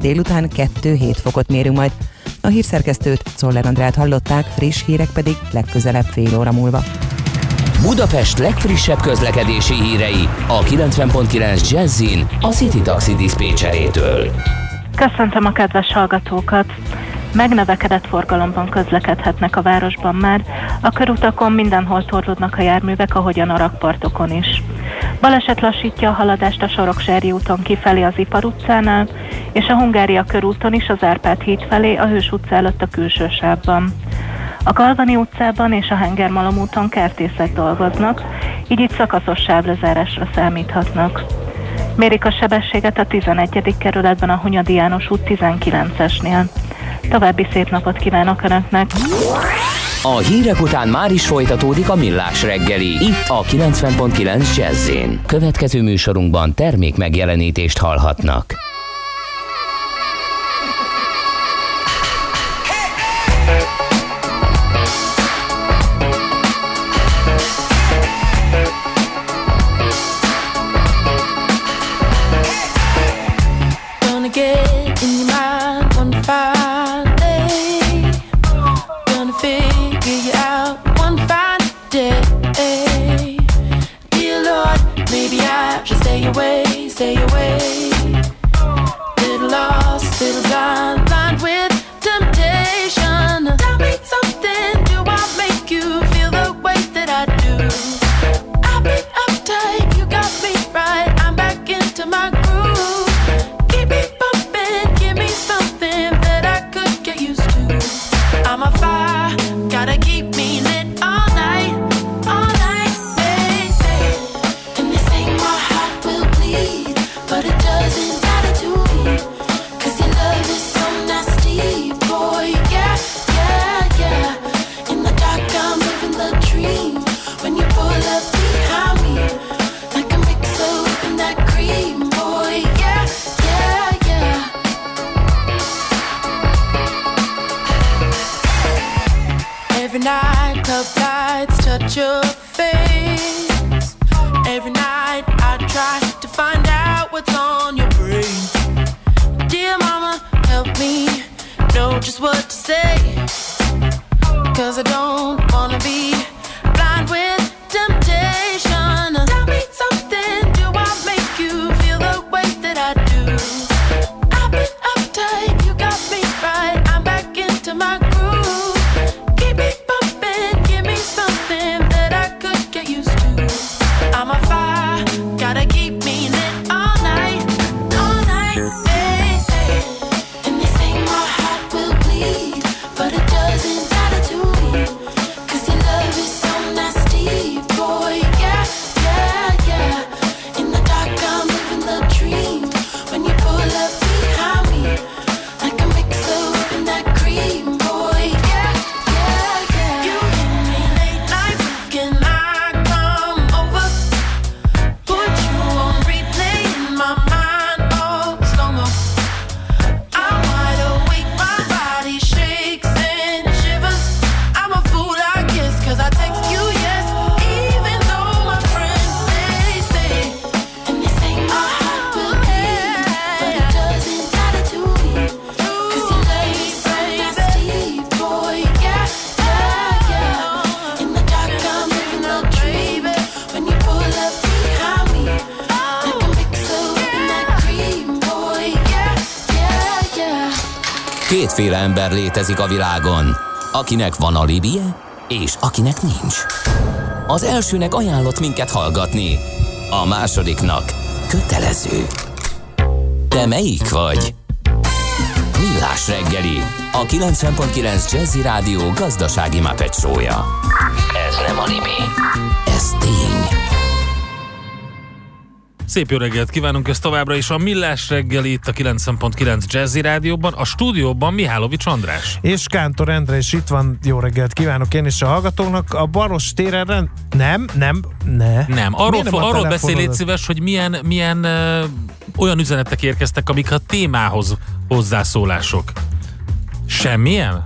délután 2-7 fokot mérünk majd. A hírszerkesztőt, Czoller Andrát hallották, friss hírek pedig legközelebb fél óra múlva. Budapest legfrissebb közlekedési hírei a 90.9 Jazzin a City Taxi diszpécserétől. Köszöntöm a kedves hallgatókat! Megnövekedett forgalomban közlekedhetnek a városban már, a körutakon mindenhol torlódnak a járművek, ahogyan a rakpartokon is. Baleset lassítja a haladást a Soroksári úton kifelé az Ipar utcánál, és a Hungária körúton is az Árpád híd felé a Hős utca előtt a külső sávban. A Galvani utcában és a Hengermalom úton kertészek dolgoznak, így itt szakaszos sávlezárásra számíthatnak. Mérik a sebességet a 11. kerületben a Hunyadi János út 19-esnél. További szép napot kívánok Önöknek! A hírek után már is folytatódik a Millás reggeli, itt a 90.9 Jazzin. Következő műsorunkban termék megjelenítést hallhatnak. Stay away, little lost, little blind, blind with temptation. Tell me something, do I make you feel the way that I do? I've been uptight, you got me right, I'm back into my groove. Keep me bumping, give me something that I could get used to. I'm a fire, gotta keep me lit all night, all night. They say, and they say my heart will bleed, but it doesn't matter to me, 'cause your love is so nasty, boy, yeah, yeah, yeah. In the dark I'm living the dream, when you pull up behind me, like a mix-up in that cream, boy, yeah, yeah, yeah. Every night club lights touch your face, every night I try to find out what's on your brain. Dear mama, help me know just what to say, 'cause I don't wanna be blind with temptation. Tell me something, do I make you feel the way that I do? I've been uptight, you got me right, I'm back into my groove. Keep me bumping, give me something that I could get used to. I'm a fire, gotta keep me lit all night, all night. They say, and they say my heart will bleed, but it doesn't matter to me, 'cause your love is so nasty, boy, yeah, yeah, yeah. In the dark I'm living the dream, when you pull up behind me, like a mix-up in that cream, boy, yeah, yeah, yeah. You hit me late night, can I come over? Put you on replay in my mind, oh, slow-mo. I'm wide awake, my body shakes and shivers. I'm a fool, I guess, 'cause I text you, yes, even though my friends, they say, and they say my heart will bleed, but it doesn't matter to me, 'cause your love is so nasty, boy, yeah, yeah, yeah. In the dark I'm living the dream, when you pull up behind me, like a mix-up in that cream, boy, yeah, yeah, yeah. Kétféle ember létezik a világon, akinek van alibije, és akinek nincs. Az elsőnek ajánlott minket hallgatni, a másodiknak kötelező. Te melyik vagy? Millás reggeli, a 90.9 Jazzy Rádió gazdasági Muppet show-ja. Ez nem anime, ez tény. Szép jó reggelt kívánunk, ez továbbra is a Millás reggeli itt a 90.9 Jazzy Rádióban, a stúdióban Mihálovics András. És Kántor Endre is itt van, jó reggelt kívánok én is a hallgatóknak. A Baros téren Nem. Arról beszél, légy szíves, hogy milyen olyan üzenetek érkeztek, amik a témához hozzászólások. Semmilyen?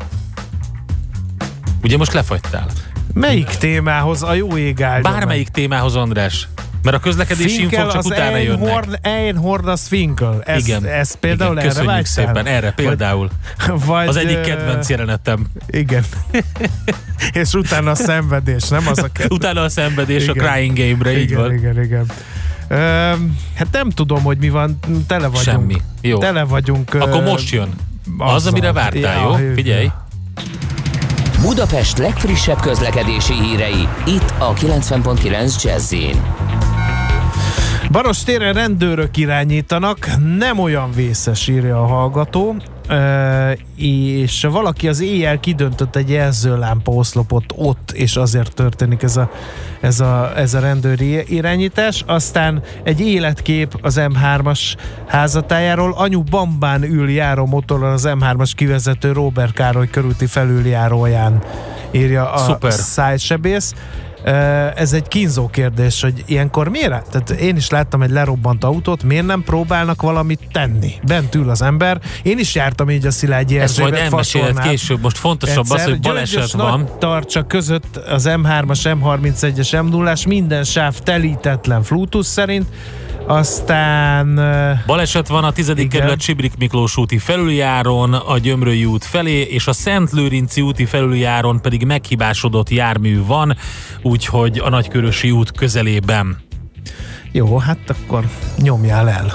Ugye most lefagytál? Melyik témához? A jó ég áldja bármelyik témához, András. Mert a közlekedési infók csak utána jönnek. Einhorn az Finkel. Ez például igen, erre köszönjük vágytál? szépen, erre például. Vagy, az egyik kedvenc jelenetem. Igen. És utána a szenvedés, nem az a kedvenc. Utána a szenvedés igen. A Crying Game-re, így van. Igen. Hát nem tudom, hogy mi van, tele vagyunk. Semmi. Jó. Tele vagyunk. Akkor most jön. Az, amire vártál, jó? Figyelj. Budapest legfrissebb közlekedési hírei, itt a 90.9 Jazz-in. Baros téren rendőrök irányítanak, nem olyan vészes, írja a hallgató, és valaki az éjjel kidöntött egy jelzőlámpa oszlopot ott, és azért történik ez a rendőri irányítás. Aztán egy életkép az M3-as házatájáról. Anyu bambán ül járó motoron az M3-as kivezető Róbert Károly körúti felüljáróján, írja a szájsebész. Ez egy kínzó kérdés, hogy ilyenkor miért? Tehát én is láttam egy lerobbant autót, miért nem próbálnak valamit tenni? Bent ül az ember. Én is jártam így a Szilágyi Erzsébet Ezt majd elmeséled később. Most fontosabb az, hogy baleset van. Tartsa között az M3-as, M31-es, M0-as minden sáv telítetlen Flutus szerint. Aztán... Baleset van a 10. kerület Csibrik Miklós úti felüljáron, a Gyömrői út felé, és a Szentlőrinci úti felüljáron pedig meghibásodott jármű van, úgyhogy a Nagykörösi út közelében. Jó, hát akkor nyomjál el.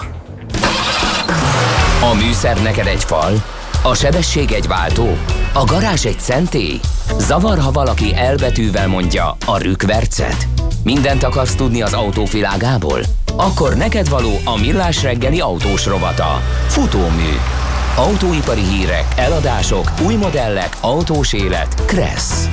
A műszer neked egy fal, a sebesség egy váltó, a garázs egy szentély. Zavar, ha valaki elbetűvel mondja a rükvercet. Mindent akarsz tudni az autóvilágából? Akkor neked való a Millás reggeli autós rovata. Futómű. Autóipari hírek, eladások, új modellek, autós élet. Kressz.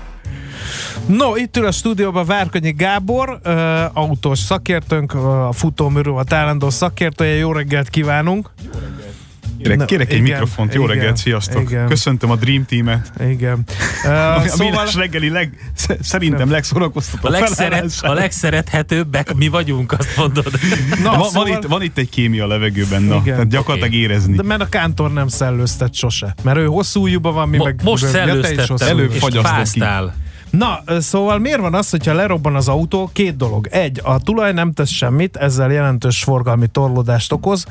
No, itt ül a stúdióban Várkonyi Gábor, autós szakértőnk, a Futóműről a állandó szakértője. Jó reggelt kívánunk! Kérek egy mikrofont, jó reggelt, sziasztok! Igen. Köszöntöm a Dream Teamet. Igen. A Millás reggeli szerintem legszórakoztatóbb a legszerethetőbbek mi vagyunk, azt mondod. Van itt egy kémia a levegőben, tehát gyakorlatilag érezni. De mert a Kántor nem szellőztet sose. Mert ő hosszú ujjúban van, mi meg... Most szellőztettem, és fáztál. Na, szóval miért van az, hogyha lerobban az autó? Két dolog. Egy, a tulaj nem tesz semmit, ezzel jelentős forgalmi torlódást okoz.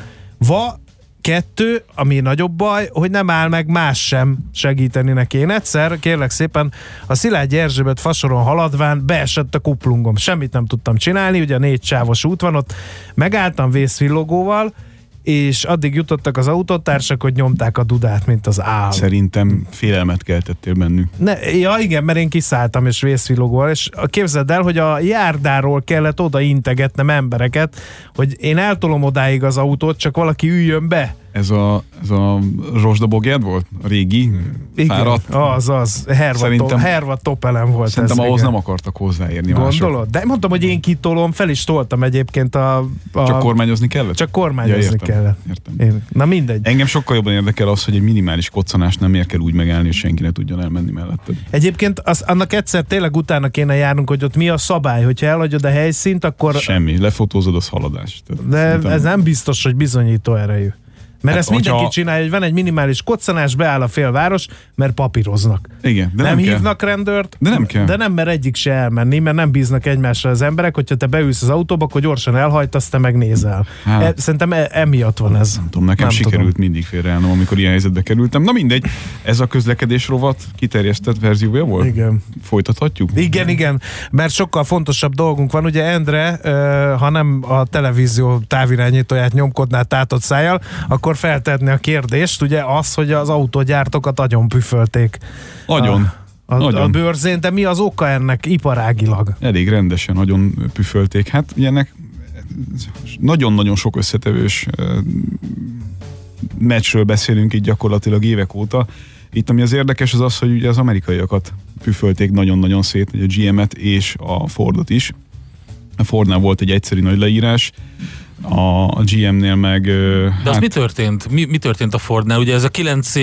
Kettő, ami nagyobb baj, hogy nem áll meg más sem segíteni neki. Én egyszer, kérlek szépen, a Szilágyi Erzsébet fasoron haladván beesett a kuplungom. Semmit nem tudtam csinálni, ugye 4 sávos út van ott. Megálltam vészvillogóval, és addig jutottak az autótársak, hogy nyomták a dudát, mint az állat. Szerintem félelmet keltettél bennük. Ja igen, mert én kiszálltam és vészvillogóval, és képzeld el, hogy a járdáról kellett oda integetnem embereket, hogy én eltolom odáig az autót, csak valaki üljön be. Ez a rozsdabogjád volt? A régi? Fáradt? Az. Herva topelem volt. Szerintem ez, ahhoz igen. Nem akartak hozzáérni. Gondolod? Mások. De mondtam, hogy én kitolom, fel is toltam egyébként Csak kormányozni kellett? Csak kormányozni kellett. Értem. Na mindegy. Engem sokkal jobban érdekel az, hogy egy minimális koccanás nem ér kell úgy megállni, és senki ne tudjon elmenni melletted. Egyébként annak egyszer tényleg utána kéne járnunk, hogy ott mi a szabály, hogyha elhagyod a helyszínt, akkor... Semmi, lefotózod, az haladás. De ez nem biztos, hogy bizonyító erejű. Mert ezt mindenki csinálja, hogy van egy minimális koccanás, beáll a félváros, mert papíroznak. Igen, de nem hívnak rendőrt, de nem kell. De nem mer egyik se elmenni, mert nem bíznak egymásra az emberek, hogyha te beülsz az autóba, akkor gyorsan elhajtasz, te megnézel. Szerintem emiatt van ez. Nem tudom, nekem sikerült mindig félreállnom, amikor ilyen helyzetbe kerültem. Na mindegy, ez a közlekedés rovat kiterjesztett verziója volt? Igen. Folytathatjuk? Igen, mert sokkal fontosabb dolgunk van. Ugye Endre, ha nem a televízió távirányítóját nyomkodná tátott szájjal, akkor feltenni a kérdést, ugye az, hogy az autógyártókat agyon püfölték. A bőrzén, de mi az oka ennek iparágilag? Elég rendesen nagyon püfölték. Hát ugye ennek nagyon-nagyon sok összetevős meccsről beszélünk itt gyakorlatilag évek óta. Itt ami az érdekes az, hogy ugye az amerikaiakat püfölték nagyon-nagyon szét, ugye a GM-et és a Fordot is. A Fordnál volt egy egyszerű nagy leírás, a GM-nél meg... De az mi történt? Mi történt a Fordnál? Ugye ez a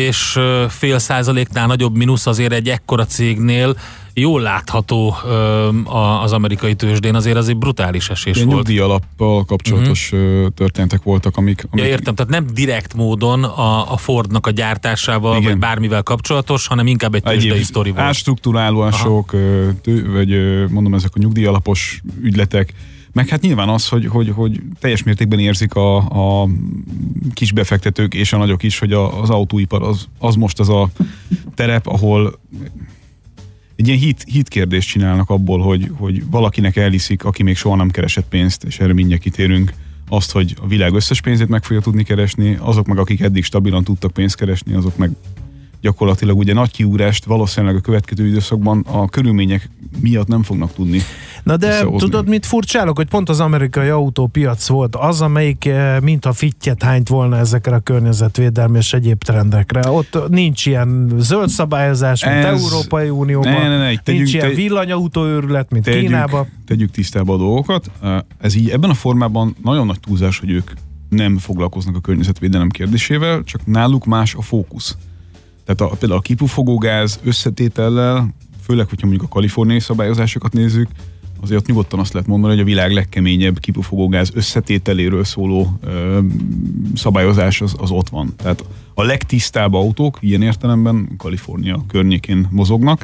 9,5%-nál nagyobb mínusz azért egy ekkora cégnél jól látható az amerikai tőzsdén, azért brutális esés volt. Nyugdíj alappal kapcsolatos történtek voltak, amik... Ja, értem, tehát nem direkt módon a Fordnak a gyártásával, igen, vagy bármivel kapcsolatos, hanem inkább egy tőzsdei sztori volt. Átstruktúrálások, vagy mondom, ezek a nyugdíj alapos ügyletek, Meg hát nyilván az, hogy teljes mértékben érzik a kis befektetők és a nagyok is, hogy az autóipar az most az a terep, ahol egy ilyen hit kérdést csinálnak abból, hogy valakinek elhiszik, aki még soha nem keresett pénzt, és erre mindjárt kitérünk, azt, hogy a világ összes pénzét meg fogja tudni keresni, azok meg, akik eddig stabilan tudtak pénzt keresni, azok meg gyakorlatilag ugye nagy kiugrást valószínűleg a következő időszakban a körülmények miatt nem fognak tudni. Na de összehozni. tudod, mit furcsálok, hogy pont az amerikai autópiac volt az, amelyik mintha fittyet hányt volna ezekre a környezetvédelmi és egyéb trendekre. Ott nincs ilyen zöld szabályozás, mint Európai Unióban, nincs ilyen villanyautóőrület, mint Kínában. Tegyük tisztába a dolgokat. Ez így ebben a formában nagyon nagy túlzás, hogy ők nem foglalkoznak a környezetvédelem kérdésével, csak náluk más a fókusz. Tehát például a kipufogógáz összetétellel, főleg, hogyha mondjuk a kaliforniai szabályozásokat nézzük, azért ott nyugodtan azt lehet mondani, hogy a világ legkeményebb kipufogógáz összetételéről szóló szabályozás az ott van. Tehát a legtisztább autók ilyen értelemben Kalifornia környékén mozognak.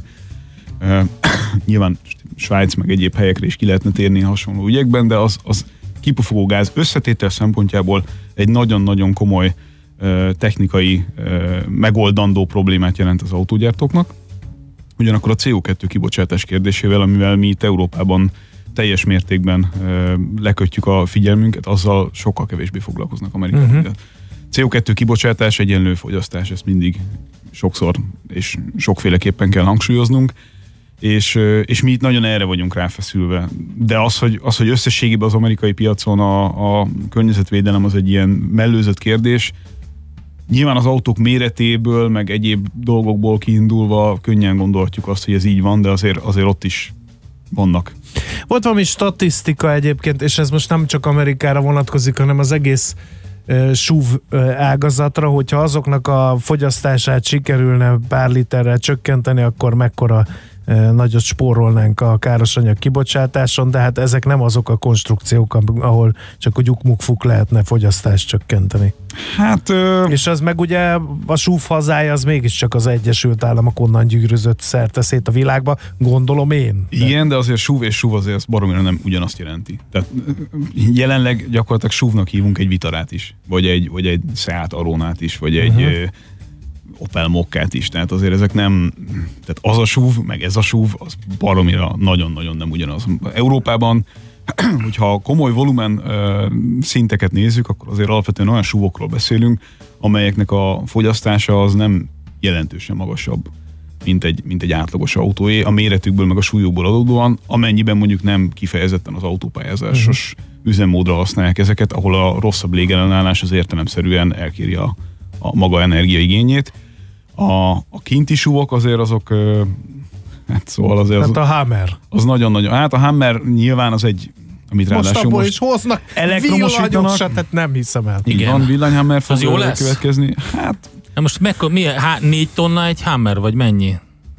Nyilván Svájc meg egyéb helyekre is ki lehetne térni hasonló ügyekben, de az kipufogógáz összetétel szempontjából egy nagyon-nagyon komoly technikai megoldandó problémát jelent az autógyártóknak. Ugyanakkor a CO2 kibocsátás kérdésével, amivel mi itt Európában teljes mértékben lekötjük a figyelmünket, azzal sokkal kevésbé foglalkoznak Amerikában. CO2 kibocsátás egyenlő fogyasztás, ezt mindig sokszor és sokféleképpen kell hangsúlyoznunk, és mi itt nagyon erre vagyunk ráfeszülve. De az, hogy összességében az amerikai piacon a környezetvédelem az egy ilyen mellőzött kérdés, nyilván az autók méretéből, meg egyéb dolgokból kiindulva könnyen gondolhatjuk azt, hogy ez így van, de azért ott is vannak. Volt valami statisztika egyébként, és ez most nem csak Amerikára vonatkozik, hanem az egész SUV ágazatra, hogyha azoknak a fogyasztását sikerülne pár literrel csökkenteni, akkor mekkora nagyot spórolnánk a károsanyag kibocsátáson, de hát ezek nem azok a konstrukciók, ahol csak a gyukmukfuk lehetne fogyasztást csökkenteni. Hát... És az meg ugye a SUV hazája az mégiscsak az Egyesült Államok, onnan gyűrözött szerte szét a világba, gondolom én. De... Igen, de azért SUV és SUV azért baromira nem ugyanazt jelenti. Tehát jelenleg gyakorlatilag SUV-nak hívunk egy Vitarát is, vagy egy Seat Aronát is, vagy egy Opel Mokkát is, tehát azért ezek nem, tehát az a SUV, meg ez a SUV, az baromira nagyon-nagyon nem ugyanaz. Európában, hogyha komoly volumen szinteket nézzük, akkor azért alapvetően olyan SUV-okról beszélünk, amelyeknek a fogyasztása az nem jelentősen magasabb, mint egy átlagos autóé, a méretükből meg a súlyukból adódóan, amennyiben mondjuk nem kifejezetten az autópályázásos üzemmódra használják ezeket, ahol a rosszabb légellenállás az értelemszerűen elkéri a maga energiaigényét. A kinti SUV-ok azért azok, hát szóval azért hát a Hummer. Az nagyon-nagyon, hát a Hummer nyilván az egy, amit ráadásul most is hoznak elektromosítanak. Tehát nem hiszem el. Igen. Van, villany-Hummer fog következni. Hát... Na most mi 4 tonna egy Hummer, vagy mennyi?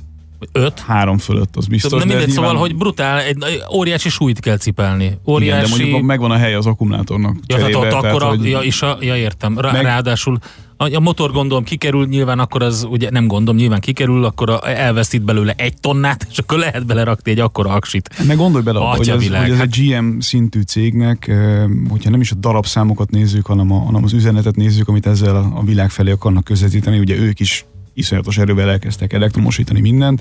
5? 3 fölött, az biztos. De mindegy, szóval, hogy brutál, egy óriási súlyt kell cipelni. Óriási... Igen, de mondjuk megvan a hely az akkumulátornak cserébe. Értem. Ráadásul a motor gondolom kikerül, nyilván akkor az, ugye nem gondolom, nyilván kikerül, akkor elveszít belőle 1 tonnát, és akkor lehet belerakni egy akkora aksit. Meg gondolj bele, hogy ez egy GM szintű cégnek, hogyha nem is a darabszámokat nézzük, hanem az üzenetet nézzük, amit ezzel a világ felé akarnak közvetíteni, ugye ők is iszonyatos erővel elkezdtek elektromosítani mindent.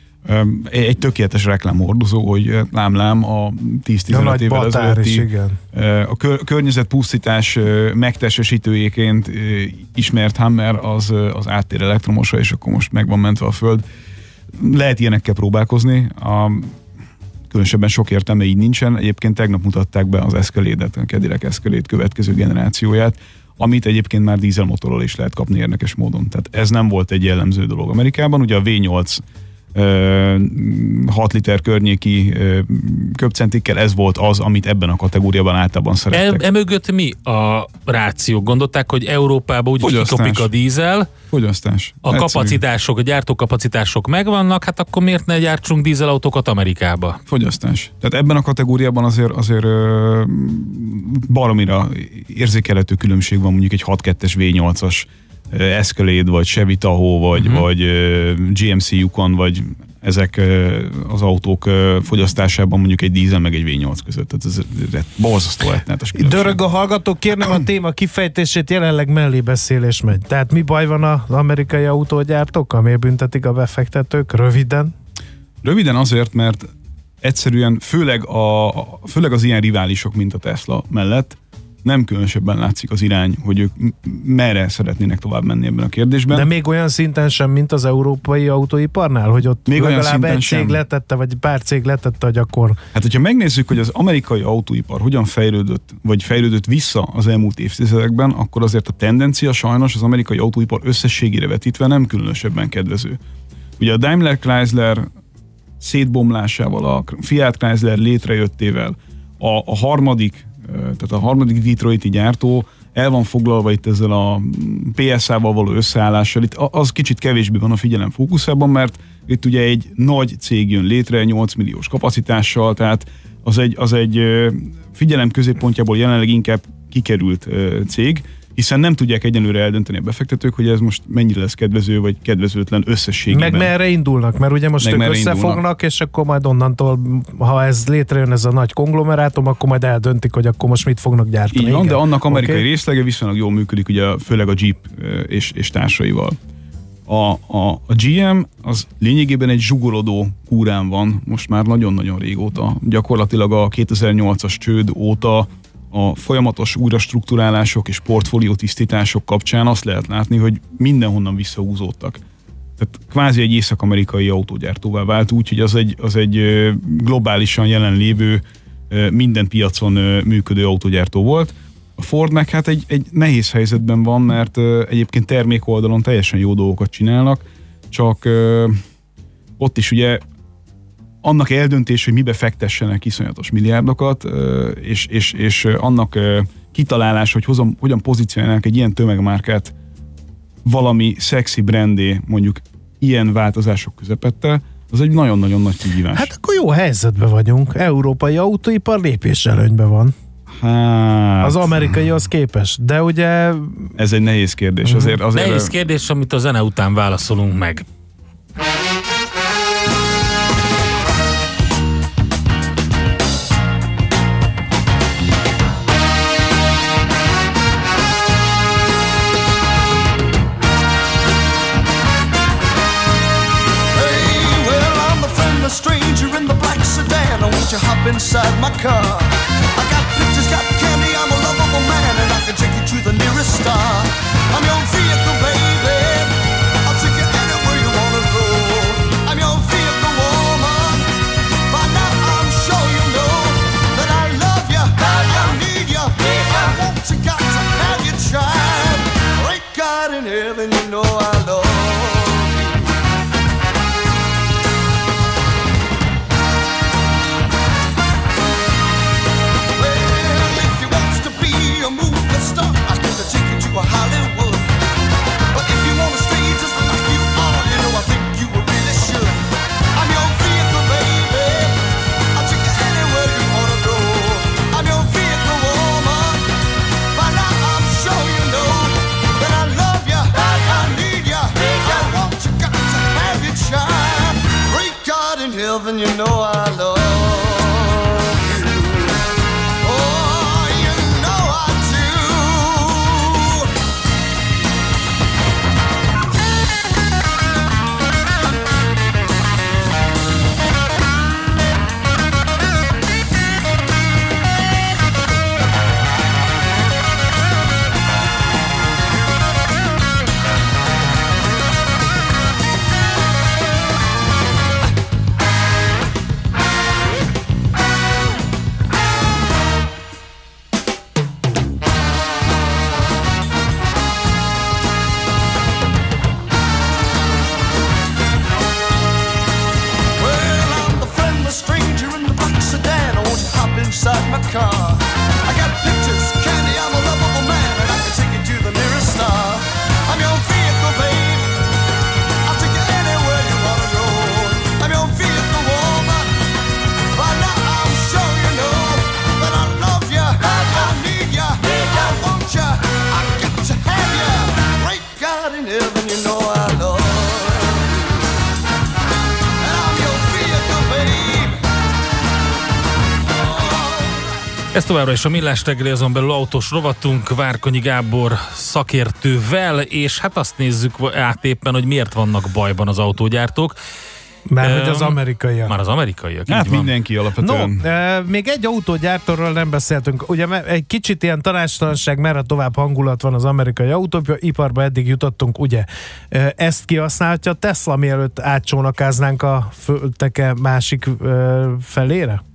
Egy tökéletes reklámhordozó, hogy lám a 10-15 évvel ezelőtti a környezetpusztítás megtestesítőjéként ismert Hummer az áttér elektromosra, és akkor most meg van mentve a föld. Lehet ilyenekkel próbálkozni, különösebben sok értelme így nincsen. Egyébként tegnap mutatták be az Escalade-et, a Cadillac Escalade következő generációját, amit egyébként már dízelmotorral is lehet kapni érdekes módon. Tehát ez nem volt egy jellemző dolog Amerikában. Ugye a V8 6 liter környéki köbcentikkel ez volt az, amit ebben a kategóriában általában szerettek. Emögött mi a ráció? Gondolták, hogy Európában úgy kikopik a dízel, fogyasztás. A kapacitások, a gyártókapacitások megvannak, hát akkor miért ne gyártsunk dízelautókat Amerikába? Fogyasztás. Tehát ebben a kategóriában azért baromira érzékelhető különbség van mondjuk egy 6.2-es V8-as Escalade, vagy Chevy Tahoe, vagy GMC Yukon, vagy ezek az autók fogyasztásában mondjuk egy dízel meg egy V8 között. Tehát ez borzasztó rettenetes különbség. Dörög a hallgatók, kérném a téma kifejtését, jelenleg mellébeszélés megy. Tehát mi baj van az amerikai autógyártókkal? Miért büntetik a befektetők? Röviden? Röviden azért, mert egyszerűen főleg az ilyen riválisok, mint a Tesla mellett nem különösebben látszik az irány, hogy ők merre szeretnének tovább menni ebben a kérdésben. De még olyan szinten sem, mint az európai autóiparnál, hogy ott még legalább egy cég letette, vagy pár cég letette, hogy akkor... Hát, hogyha megnézzük, hogy az amerikai autóipar hogyan fejlődött, vagy fejlődött vissza az elmúlt évtizedekben, akkor azért a tendencia sajnos az amerikai autóipar összességére vetítve nem különösebben kedvező. Ugye a Daimler Chrysler szétbomlásával, a Fiat Chrysler létrejöttével, a harmadik Detroiti gyártó el van foglalva itt ezzel a PSA-val való összeállással. Itt az kicsit kevésbé van a figyelem fókuszában, mert itt ugye egy nagy cég jön létre, 8 milliós kapacitással, tehát az egy figyelem középpontjából jelenleg inkább kikerült cég, hiszen nem tudják egyenlőre eldönteni a befektetők, hogy ez most mennyire lesz kedvező, vagy kedvezőtlen összességében. Meg merre indulnak, mert ugye most ők összefognak, és akkor majd onnantól, ha ez létrejön ez a nagy konglomerátum, akkor majd eldöntik, hogy akkor most mit fognak gyártani. Így van, de annak amerikai részlege viszonylag jól működik, ugye főleg a Jeep és társaival. A GM az lényegében egy zsugolódó kúrán van, most már nagyon-nagyon régóta. Gyakorlatilag a 2008-as csőd óta a folyamatos újrastrukturálások és portfóliótisztítások kapcsán azt lehet látni, hogy mindenhonnan visszahúzódtak. Tehát kvázi egy észak-amerikai autógyártóvá vált úgy, hogy az egy globálisan jelenlévő, minden piacon működő autógyártó volt. A Ford meg hát egy nehéz helyzetben van, mert egyébként termék oldalon teljesen jó dolgokat csinálnak, csak ott is annak eldöntés, hogy mibe fektessenek iszonyatos milliárdokat, és annak kitalálás, hogy hogyan pozícionálnak egy ilyen tömegmárkát valami szexi brandé, mondjuk ilyen változások közepette, az egy nagyon-nagyon nagy kihívás. Hát akkor jó helyzetben vagyunk. Európai autóipar lépéselőnyben van. Hát... Az amerikaihoz képest, de ugye... Ez egy nehéz kérdés. Azért... Nehéz kérdés, amit a zene után válaszolunk meg. Hop inside my car. I got pictures, got candy, I'm a lovable man, and I can take you to the nearest star. I'm your vehicle, baby. I'll take you anywhere you wanna go. I'm your vehicle, woman. By now I'm sure you know that I love you, that I need you. I want you, got to have you tried. Great God in heaven, you know I love you. Hollywood. But if you wanna stay just like you are, you know I think you really should. I'm your vehicle, baby. I'll take you anywhere you wanna go. I'm your vehicle, woman. By now I'm sure you know that I love you, that I need you. I want you, got to have you try. Great God in heaven, you know I love you. Inside my car, I got pictures, candy, I'm a lovable man, and I can take you to the nearest star. I'm your vehicle, babe. I'll take you anywhere you wanna go. I'm your vehicle, woman. By now I'm sure you know that I love you, that I need you, I want you, I got to have you. Great God in heaven, you know I love you. And I'm Ez továbbra is a Millás reggeli, azon belül autós rovatunk Várkonyi Gábor szakértővel, és hát azt nézzük át éppen, hogy miért vannak bajban az autógyártók. Már hogy az amerikaiak. Már az amerikaiak, Hát így van. mindenki alapvetően. Még egy autógyártóról nem beszéltünk. Ugye egy kicsit ilyen tanácstalanság, merre tovább hangulat van az amerikai autóiparban, eddig jutottunk, ugye. Ezt kihasználhatja Tesla, mielőtt átcsónakáznánk a földteke másik felére?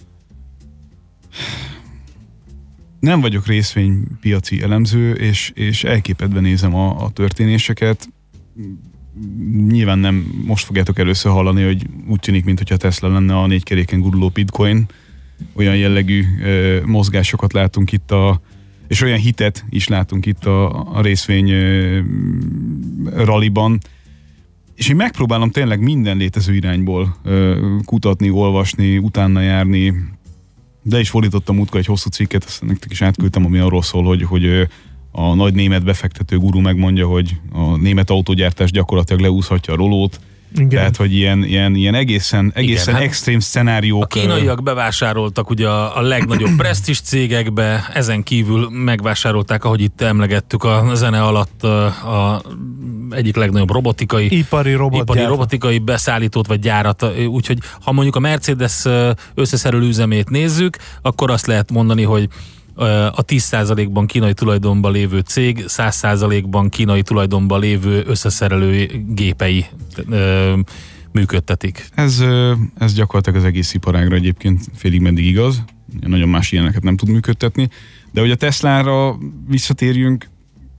Nem vagyok részvénypiaci elemző, és elképedve nézem a történéseket. Nyilván nem most fogjátok először hallani, hogy úgy tűnik, mintha Tesla lenne a 4 keréken guruló bitcoin. Olyan jellegű mozgásokat látunk itt, és olyan hitet is látunk itt a részvény ralliban. És én megpróbálom tényleg minden létező irányból kutatni, olvasni, utána járni. De is fordítottam múltkor egy hosszú cikket, azt nektek is átküldtem, ami arról szól, hogy a nagy német befektető guru megmondja, hogy a német autógyártás gyakorlatilag leúszhatja a rolót. Igen. Tehát, hogy ilyen egészen extrém szenáriók. A kínaiak bevásároltak ugye a legnagyobb presztízs cégekbe, ezen kívül megvásárolták, ahogy itt emlegettük a zene alatt a egyik legnagyobb ipari robotikai beszállítót vagy gyárat. Úgyhogy ha mondjuk a Mercedes összeszerelő üzemét nézzük, akkor azt lehet mondani, hogy a 10%-ban kínai tulajdonban lévő cég 100%-ban kínai tulajdonban lévő összeszerelő gépei működtetik. Ez gyakorlatilag az egész iparágra egyébként félig meddig igaz. Nagyon más ilyeneket nem tud működtetni. De hogy a Teslára visszatérjünk,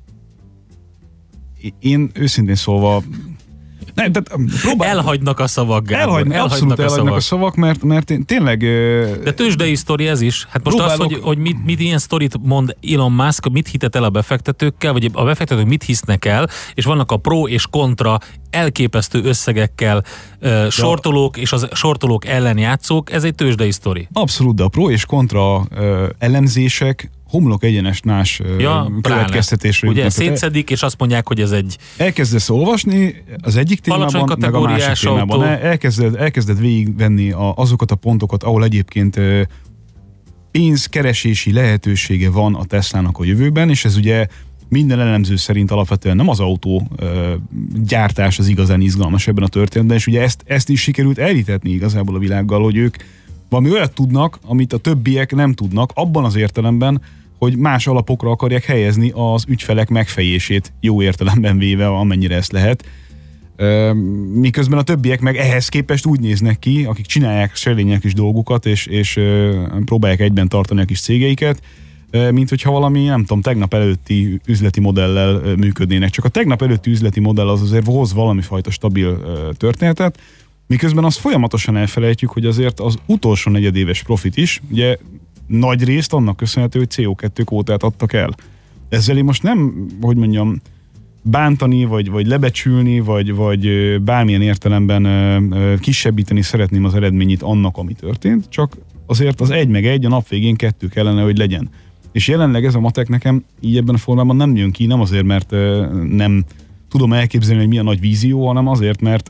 én őszintén szólva elhagynak a szavak, Gábor. Abszolút elhagynak a szavak, mert én tényleg... De tőzsdei sztori ez is. Hát most az, hogy mit ilyen sztorit mond Elon Musk, mit hitet el a befektetőkkel, vagy a befektetők mit hisznek el, és vannak a pro és kontra elképesztő összegekkel sortolók, és az sortolók ellen játszók, ez egy tőzsdei sztori. Abszolút, de a pro és kontra elemzések homlok egyenest más következtetésre jutnak. Ugye szétszedik, és azt mondják, hogy ez egy... Elkezdesz olvasni az egyik témában, meg a másik témában. Elkezded végigvenni azokat a pontokat, ahol egyébként pénzkeresési lehetősége van a Teslának a jövőben, és ez ugye minden elemző szerint alapvetően nem az autó gyártás az igazán izgalmas ebben a történetben, és ugye ezt is sikerült elhitetni igazából a világgal, hogy ők valami olyat tudnak, amit a többiek nem tudnak, abban az értelemben, hogy más alapokra akarják helyezni az ügyfelek megfejését, jó értelemben véve, amennyire ezt lehet. Miközben a többiek meg ehhez képest úgy néznek ki, akik csinálják serények is dolgukat, és próbálják egyben tartani a kis cégeiket, mint hogyha valami, nem tudom, tegnap előtti üzleti modellel működnének. Csak a tegnap előtti üzleti modell az azért hoz valami fajta stabil történetet, miközben azt folyamatosan elfelejtjük, hogy azért az utolsó negyedéves profit is, ugye nagy részt annak köszönhető, hogy CO2 kvótát adtak el. Ezzel én most nem, hogy mondjam, bántani, vagy lebecsülni, vagy bármilyen értelemben kisebbíteni szeretném az eredményét annak, ami történt, csak azért az 1/1 a nap végén 2 kellene, hogy legyen. És jelenleg ez a matek nekem így ebben a formában nem jön ki, nem azért, mert nem tudom elképzelni, hogy mi a nagy vízió, hanem azért, mert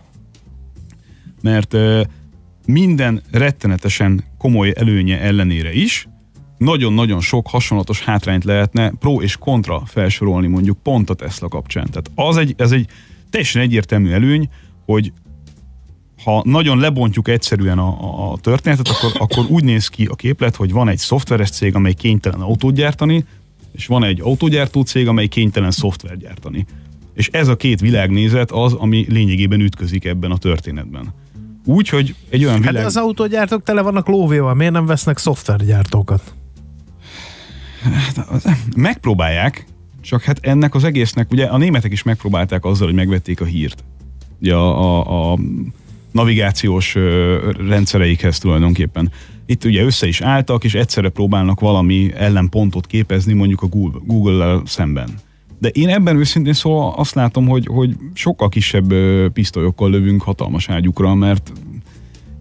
minden rettenetesen komoly előnye ellenére is nagyon-nagyon sok hasonlatos hátrányt lehetne pro és kontra felsorolni mondjuk pont a Tesla kapcsán. Tehát ez egy teljesen egyértelmű előny, hogy ha nagyon lebontjuk egyszerűen a történetet, akkor úgy néz ki a képlet, hogy van egy szoftveres cég, amely kénytelen autót gyártani, és van egy autógyártó cég, amely kénytelen szoftvert gyártani. És ez a két világnézet az, ami lényegében ütközik ebben a történetben. Úgy, hogy egy olyan világ... Hát az autógyártók tele vannak lóvéval, miért nem vesznek szoftvergyártókat? Megpróbálják, csak hát ennek az egésznek, ugye a németek is megpróbálták azzal, hogy megvették a hírt. Ugye a navigációs rendszereikhez tulajdonképpen. Itt ugye össze is álltak, és egyszerre próbálnak valami ellenpontot képezni mondjuk a Google-lel szemben. De én ebben őszintén szóval azt látom, hogy sokkal kisebb pisztolyokkal lövünk hatalmas ágyukra, mert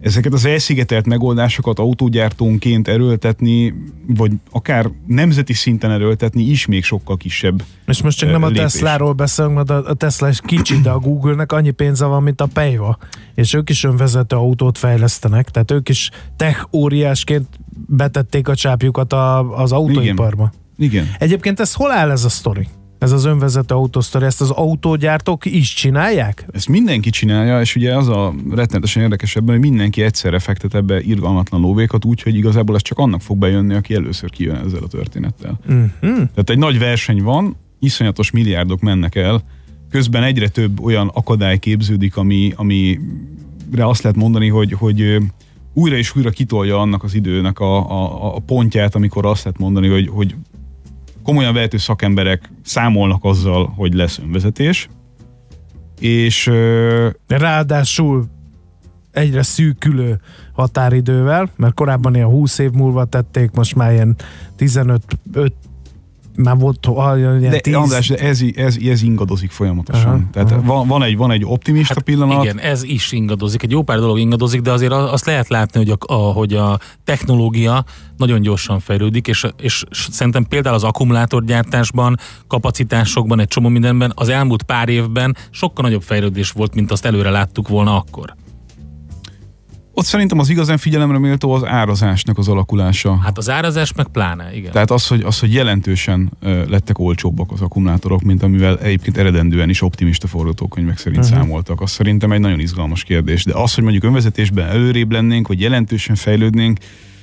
ezeket az elszigetelt megoldásokat autógyártónként erőltetni, vagy akár nemzeti szinten erőltetni is még sokkal kisebb És most csak nem a lépés. Tesláról beszélünk, mert a Tesla is kicsi, de a Google-nek annyi pénze van, mint a Pejva. És ők is önvezető autót fejlesztenek, tehát ők is tech óriásként betették a csápjukat az autóiparba. Igen. Egyébként ez hol áll ez a sztori? Ez az önvezető autósztori, ezt az autógyártók is csinálják? Ezt mindenki csinálja, és ugye az a rettenetesen érdekes ebben, hogy mindenki egyszerre fektet ebbe irgalmatlan lóvékat, úgyhogy igazából ez csak annak fog bejönni, aki először kijön ezzel a történettel. Tehát egy nagy verseny van, iszonyatos milliárdok mennek el, közben egyre több olyan akadály képződik, amire azt lehet mondani, hogy újra és újra kitolja annak az időnek a pontját, amikor azt lehet mondani, hogy komolyan vehető szakemberek számolnak azzal, hogy lesz önvezetés, és Ráadásul egyre szűkülő határidővel, mert korábban ilyen 20 év múlva tették, most már ilyen 15 már volt ilyen de 10. András, de ez ingadozik folyamatosan. Aha, Tehát aha. Van egy optimista pillanat. Igen, ez is ingadozik, egy jó pár dolog ingadozik, de azért azt lehet látni, hogy a technológia nagyon gyorsan fejlődik, és szerintem például az akkumulátorgyártásban, kapacitásokban, egy csomó mindenben az elmúlt pár évben sokkal nagyobb fejlődés volt, mint azt előre láttuk volna akkor. Ott szerintem az igazán figyelemre méltó az árazásnak az alakulása. Hát az árazás meg pláne, igen. Tehát az, hogy jelentősen lettek olcsóbbak az akkumulátorok, mint amivel egyébként eredendően is optimista forgatókönyvek szerint számoltak. Az szerintem egy nagyon izgalmas kérdés. De az, hogy mondjuk önvezetésben előrébb lennénk, hogy jelentősen fejlődnénk,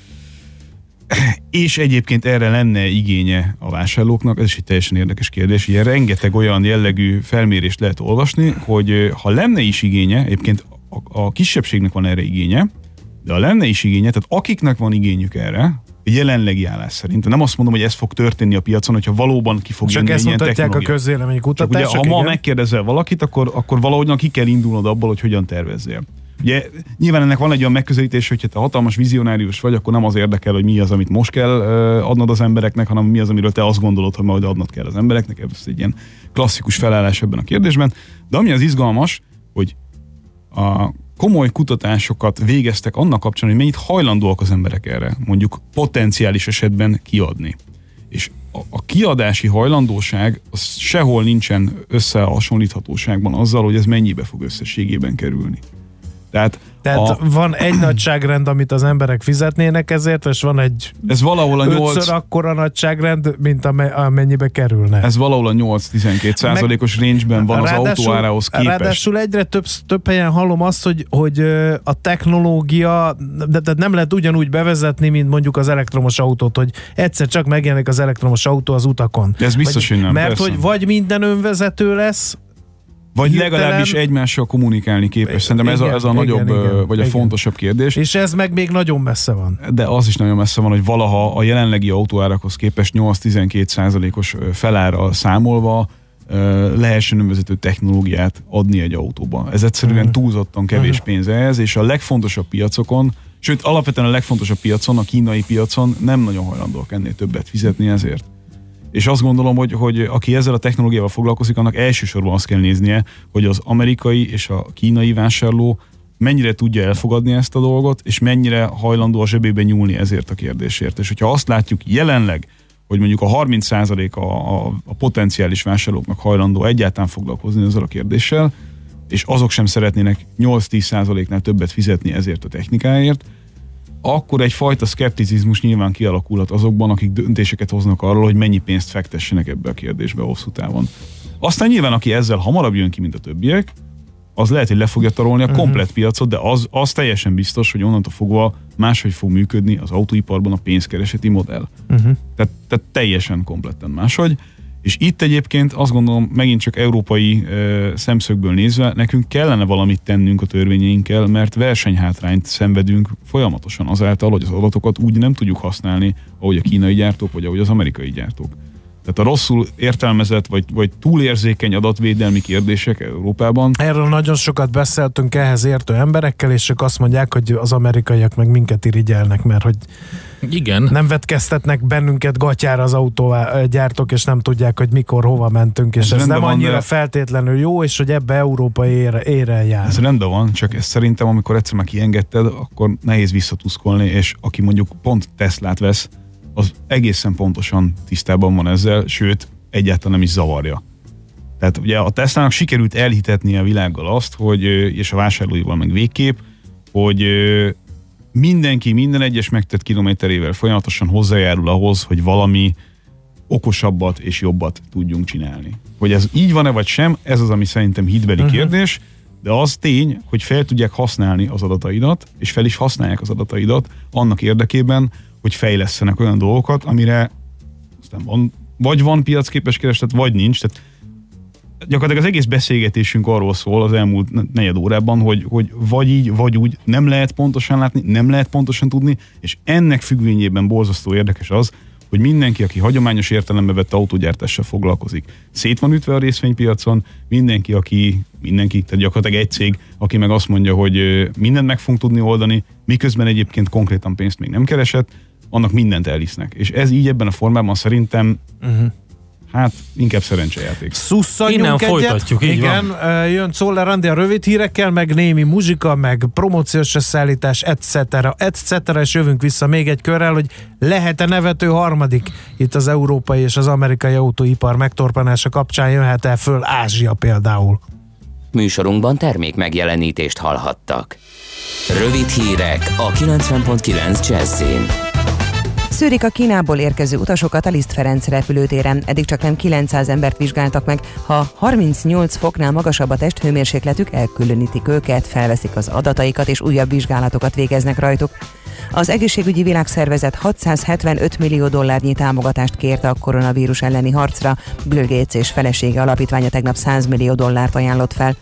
és egyébként erre lenne igénye a vásárlóknak, ez is egy teljesen érdekes kérdés. Ilyen rengeteg olyan jellegű felmérést lehet olvasni, hogy ha lenne is igénye, egyébként a kisebbségnek van erre igénye, de ha lenne is igénye, tehát akiknek van igényük erre, a jelenlegi állás szerint, nem azt mondom, hogy ez fog történni a piacon, hogyha valóban ki fog jönni ilyen technológia. Csak ezt mutatják a közvéleménykutatások. Ugye, ha ma megkérdezel valakit, akkor valahogyan ki kell indulnod abból, hogy hogyan tervezzél. Ugye nyilván ennek van egy olyan megközelítés, hogy te hatalmas vizionárius vagy, akkor nem az érdekel, hogy mi az, amit most kell adnod az embereknek, hanem mi az, amiről te azt gondolod, hogy majd adnod kell az embereknek. Ez egy ilyen klasszikus felállás ebben a kérdésben. De ami az izgalmas, hogy a komoly kutatásokat végeztek annak kapcsán, hogy mennyit hajlandóak az emberek erre, mondjuk potenciális esetben kiadni. És a kiadási hajlandóság az sehol nincsen összehasonlíthatóságban azzal, hogy ez mennyibe fog összességében kerülni. Tehát van egy nagyságrend, amit az emberek fizetnének ezért, és van egy ez valahol a 5-ször akkora nagyságrend, mint amennyibe kerülne. Ez valahol a 8-12%-os range-ben van az autóárához képest. Ráadásul egyre több helyen hallom azt, hogy a technológia de nem lehet ugyanúgy bevezetni, mint mondjuk az elektromos autót, hogy egyszer csak megjelenik az elektromos autó az utakon. Ez biztos, hogy nem. Mert persze. hogy vagy minden önvezető lesz, vagy legalábbis egymással kommunikálni képes. Szerintem ez a nagyobb, vagy a fontosabb kérdés. És ez meg még nagyon messze van. De az is nagyon messze van, hogy valaha a jelenlegi autóárakhoz képest 8-12%-os felárral számolva lehessen önvezető technológiát adni egy autóba. Ez egyszerűen túlzottan kevés pénz ehhez, és a legfontosabb piacokon, sőt alapvetően a legfontosabb piacon, a kínai piacon nem nagyon hajlandóak ennél többet fizetni ezért. És azt gondolom, hogy aki ezzel a technológiával foglalkozik, annak elsősorban azt kell néznie, hogy az amerikai és a kínai vásárló mennyire tudja elfogadni ezt a dolgot, és mennyire hajlandó a zsebébe nyúlni ezért a kérdésért. És hogyha azt látjuk jelenleg, hogy mondjuk a 30% a potenciális vásárlóknak hajlandó egyáltalán foglalkozni ezzel a kérdéssel, és azok sem szeretnének 8-10%-nál többet fizetni ezért a technikáért, akkor egyfajta szkepticizmus nyilván kialakulhat azokban, akik döntéseket hoznak arról, hogy mennyi pénzt fektessenek ebbe a kérdésbe hosszú távon. Aztán nyilván, aki ezzel hamarabb jön ki, mint a többiek, az lehet, hogy le fogja tarolni a komplett piacot, de az teljesen biztos, hogy onnantól fogva máshogy fog működni az autóiparban a pénzkereseti modell. Tehát teljesen kompletten máshogy. És itt egyébként azt gondolom, megint csak európai szemszögből nézve, nekünk kellene valamit tennünk a törvényeinkkel, mert versenyhátrányt szenvedünk folyamatosan azáltal, hogy az adatokat úgy nem tudjuk használni, ahogy a kínai gyártók, vagy ahogy az amerikai gyártók. Tehát a rosszul értelmezett, vagy túlérzékeny adatvédelmi kérdések Európában. Erről nagyon sokat beszéltünk ehhez értő emberekkel, és ők azt mondják, hogy az amerikaiak meg minket irigyelnek, mert hogy igen. Nem vetkeztetnek bennünket gatyára az autógyártók, és nem tudják, hogy mikor, hova mentünk, és ez nem annyira feltétlenül jó, és hogy ebbe Európa ére jár. Ez rendben van, csak ezt szerintem, amikor egyszer már kiengedted, akkor nehéz visszatuszkolni, és aki mondjuk pont Teslát vesz, az egészen pontosan tisztában van ezzel, sőt, egyáltalán nem is zavarja. Tehát ugye a Teslának sikerült elhitetnie a világgal azt, hogy, és a vásárlóival meg végképp, hogy mindenki minden egyes megtett kilométerével folyamatosan hozzájárul ahhoz, hogy valami okosabbat és jobbat tudjunk csinálni. Hogy ez így van-e vagy sem, ez az, ami szerintem hitbeli kérdés, de az tény, hogy fel tudják használni az adataidat, és fel is használják az adataidat annak érdekében, hogy fejlesztenek olyan dolgokat, amire aztán van piacképes kereslet, vagy nincs. Tehát gyakorlatilag az egész beszélgetésünk arról szól az elmúlt negyed órában, hogy vagy így, vagy úgy nem lehet pontosan látni, nem lehet pontosan tudni, és ennek függvényében borzasztó érdekes az, hogy mindenki, aki hagyományos értelembe vett autógyártással foglalkozik, szét van ütve a részvénypiacon, mindenki, tehát gyakorlatilag egy cég, aki meg azt mondja, hogy mindent meg fogunk tudni oldani, miközben egyébként konkrétan pénzt még nem keresett, annak mindent elhisznek. És ez így ebben a formában szerintem hát inkább szerencsejáték. Szusszanjunk innen egyet. Folytatjuk, így igen, van. Jön Czoller Andi a rövid hírekkel, meg némi muzsika, meg promóciós összeállítás, etc. És jövünk vissza még egy körrel, hogy lehet-e nevető harmadik itt az európai és az amerikai autóipar megtorpanása kapcsán, jöhet-e föl Ázsia például? Műsorunkban termék megjelenítést hallhattak. Rövid hírek a 90.9 Jazzin. Szűrik a Kínából érkező utasokat a Liszt Ferenc repülőtéren. Eddig csak nem 900 embert vizsgáltak meg. Ha 38 foknál magasabb a testhőmérsékletük, elkülönítik őket, felveszik az adataikat és újabb vizsgálatokat végeznek rajtuk. Az Egészségügyi Világszervezet $675 millió támogatást kért a koronavírus elleni harcra. Bill Gates és felesége alapítványa tegnap $100 millió ajánlott fel.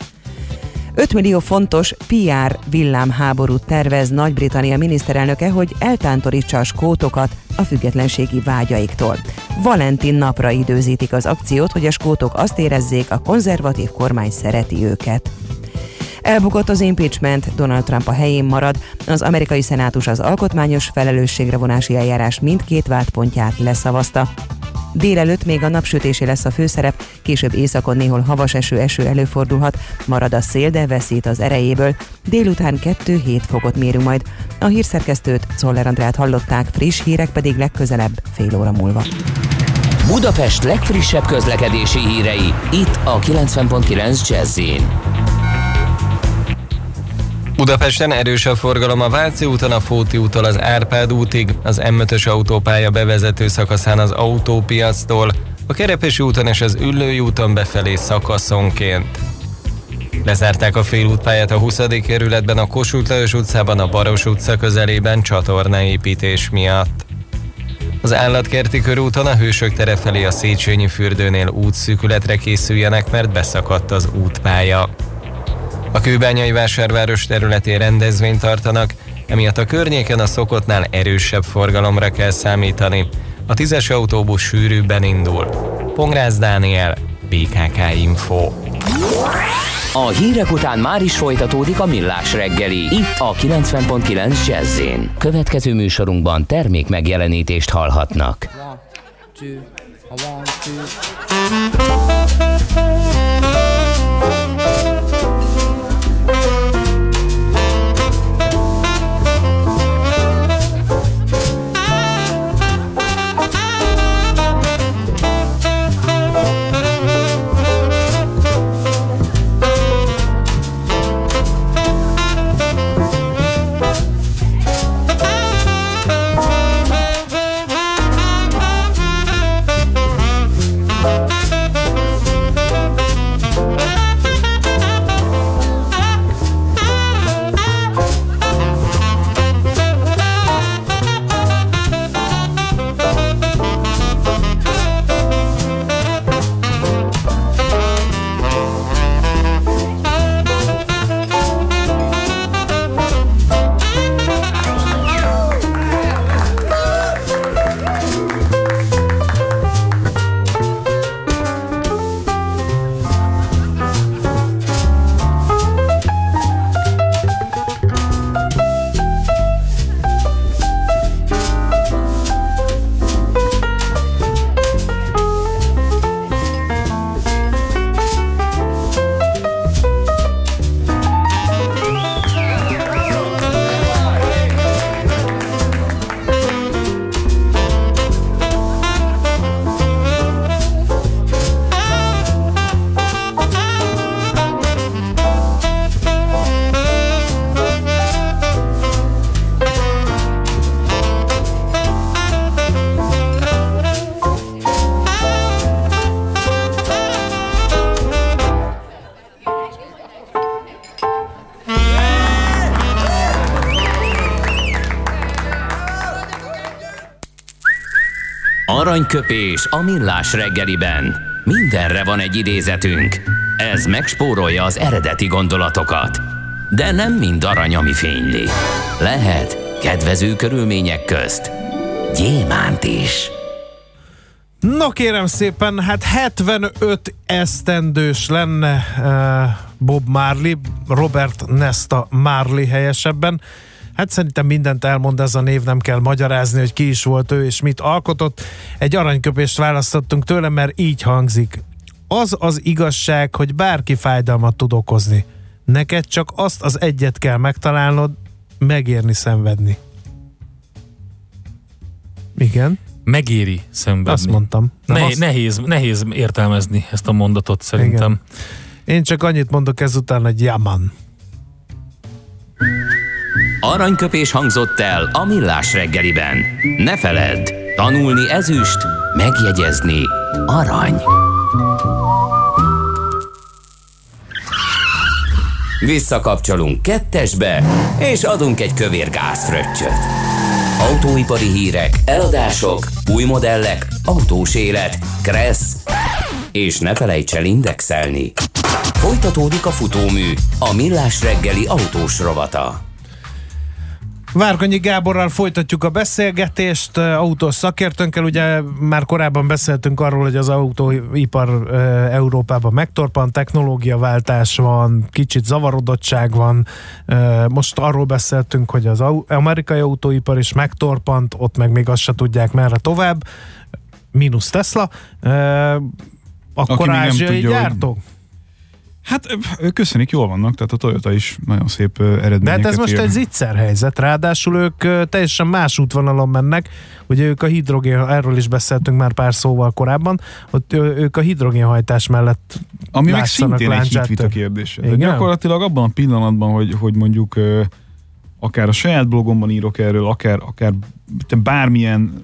5 millió fontos PR villámháborút tervez Nagy-Britannia miniszterelnöke, hogy eltántorítsa a skótokat a függetlenségi vágyaiktól. Valentin napra időzítik az akciót, hogy a skótok azt érezzék, a konzervatív kormány szereti őket. Elbukott az impeachment, Donald Trump a helyén marad, az amerikai szenátus az alkotmányos felelősségre vonási eljárás mindkét vádpontját leszavazta. Délelőtt még a napsütésé lesz a főszerep, később északon néhol havas eső előfordulhat, marad a szél, de veszít az erejéből. Délután 2-7 fokot mérünk majd. A hírszerkesztőt, Czoller Andrát hallották, friss hírek pedig legközelebb fél óra múlva. Budapest legfrissebb közlekedési hírei, itt a 90.9 Jazzin. Budapesten erős a forgalom a Váci úton, a Fóti úttól az Árpád útig, az M5-ös autópálya bevezető szakaszán az Autópiactól, a Kerepesi úton és az Üllői úton befelé szakaszonként. Lezárták a félútpályát a 20. kerületben, a Kossuth Lajos utcában, a Baros utca közelében csatornaépítés miatt. Az Állatkerti körúton a Hősök tere felé a Széchenyi fürdőnél útszűkületre készüljenek, mert beszakadt az útpálya. A kőbányai vásárváros területén rendezvényt tartanak, emiatt a környéken a szokottnál erősebb forgalomra kell számítani. A 10-es autóbusz sűrűbben indul. Pongrász Dániel, BKK Info. A hírek után már is folytatódik a Millás reggeli, itt a 90.9 Jazzin. Következő műsorunkban termék megjelenítést hallhatnak. 1, 2, 1. Aranyköpés a millás reggeliben. Mindenre van egy idézetünk. Ez megspórolja az eredeti gondolatokat. De nem mind arany, ami fényli. Lehet kedvező körülmények közt gyémánt is. No kérem szépen, hát 75 esztendős lenne Bob Marley, Robert Nesta Marley helyesebben. Hát szerintem mindent elmond ez a név, nem kell magyarázni, hogy ki is volt ő és mit alkotott. Egy aranyköpést választottunk tőle, mert így hangzik. Az az igazság, hogy bárki fájdalmat tud okozni. Neked csak azt az egyet kell megtalálnod, megérni szenvedni. Igen. Megéri szenvedni. Azt mondtam. Nehéz értelmezni ezt a mondatot szerintem. Igen. Én csak annyit mondok ezután, hogy jaman. Aranyköpés hangzott el a millás reggeliben. Ne feledd, tanulni ezüst, megjegyezni arany. Visszakapcsolunk 2-esbe, és adunk egy kövér gázfröccsöt. Autóipari hírek, eladások, új modellek, autós élet, kressz, és ne felejts el indexelni. Folytatódik a futómű, a millás reggeli autós rovata. Várkonyi Gáborral folytatjuk a beszélgetést, autós szakértőnkkel. Ugye már korábban beszéltünk arról, hogy az autóipar Európában megtorpan, technológiaváltás van, kicsit zavarodottság van. Most arról beszéltünk, hogy az amerikai autóipar is megtorpant, ott meg még azt se tudják merre tovább, mínusz Tesla. Akkor ázsiai gyártók? Hát köszönjük, jól vannak, tehát a Toyota is nagyon szép eredményeket. De hát ez most egy zicser helyzet, ráadásul ők teljesen más útvonalon mennek, ugye ők a hidrogén, erről is beszéltünk már pár szóval korábban, ott ők a hidrogénhajtás mellett ami meg szintén egy hitvita kérdés. Gyakorlatilag abban a pillanatban, hogy mondjuk akár a saját blogomban írok erről, akár bármilyen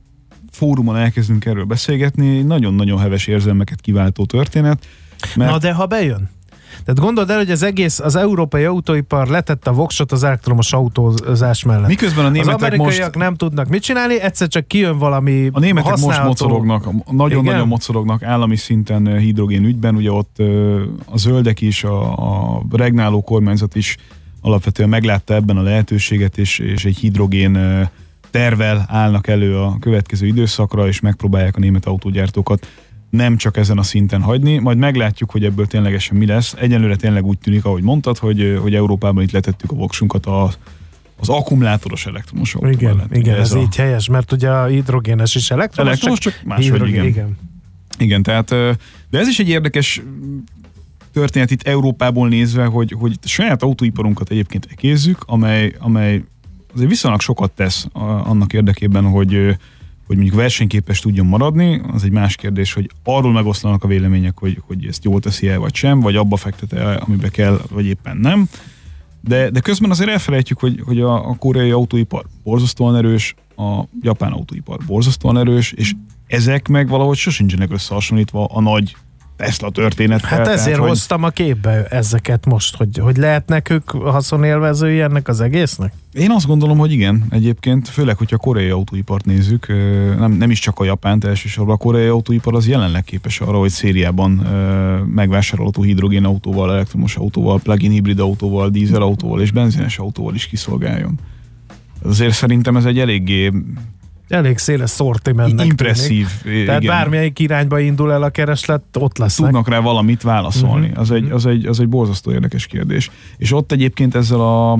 fórumon elkezdünk erről beszélgetni, nagyon-nagyon heves érzelmeket kiváltó történet. Na de ha bejön? Tehát gondold el, hogy az európai autóipar letette a voksot az elektromos autózás mellett. Miközben a németek az amerikaiak nem tudnak mit csinálni, egyszer csak kijön valami a németek használható... most mocorognak, nagyon-nagyon mocorognak állami szinten hidrogén ügyben, ugye ott a zöldek is, a regnáló kormányzat is alapvetően meglátta ebben a lehetőséget, és egy hidrogén tervvel állnak elő a következő időszakra, és megpróbálják a német autógyártókat nem csak ezen a szinten hagyni, majd meglátjuk, hogy ebből ténylegesen mi lesz. Egyelőre tényleg úgy tűnik, ahogy mondtad, hogy Európában itt letettük a voksunkat az akkumulátoros elektromos autóval. Igen, ez így helyes, mert ugye a hidrogénes is elektromos, csak máshogy, igen, tehát, de ez is egy érdekes történet itt Európából nézve, hogy saját autóiparunkat egyébként ekézzük, amely azért viszonylag sokat tesz annak érdekében, hogy mondjuk versenyképes tudjon maradni, az egy más kérdés, hogy arról megoszlanak a vélemények, hogy ezt jól teszi el, vagy sem, vagy abba fektet el, amibe kell, vagy éppen nem. De közben azért elfelejtjük, hogy a koreai autóipar borzasztóan erős, a japán autóipar borzasztóan erős, és ezek meg valahogy sosincsenek összehasonlítva a nagy Tesla történettel. Hát ezért hoztam a képbe ezeket most, hogy lehetnek ők haszonélvezői ennek az egésznek? Én azt gondolom, hogy igen, egyébként, főleg, hogyha a koreai autóipart nézzük, nem is csak a japánt, elsősorban a koreai autóipar az jelenleg képes arra, hogy szériában megvásárolható hidrogén autóval, elektromos autóval, plug-in hibrid autóval, dízel autóval és benzines autóval is kiszolgáljon. Azért szerintem ez egy elég széles szortimentnek impresszív. Tehát igen. Bármelyik irányba indul el a kereslet, ott lesznek. Tudnak rá valamit válaszolni. Az egy borzasztó érdekes kérdés. És ott egyébként ezzel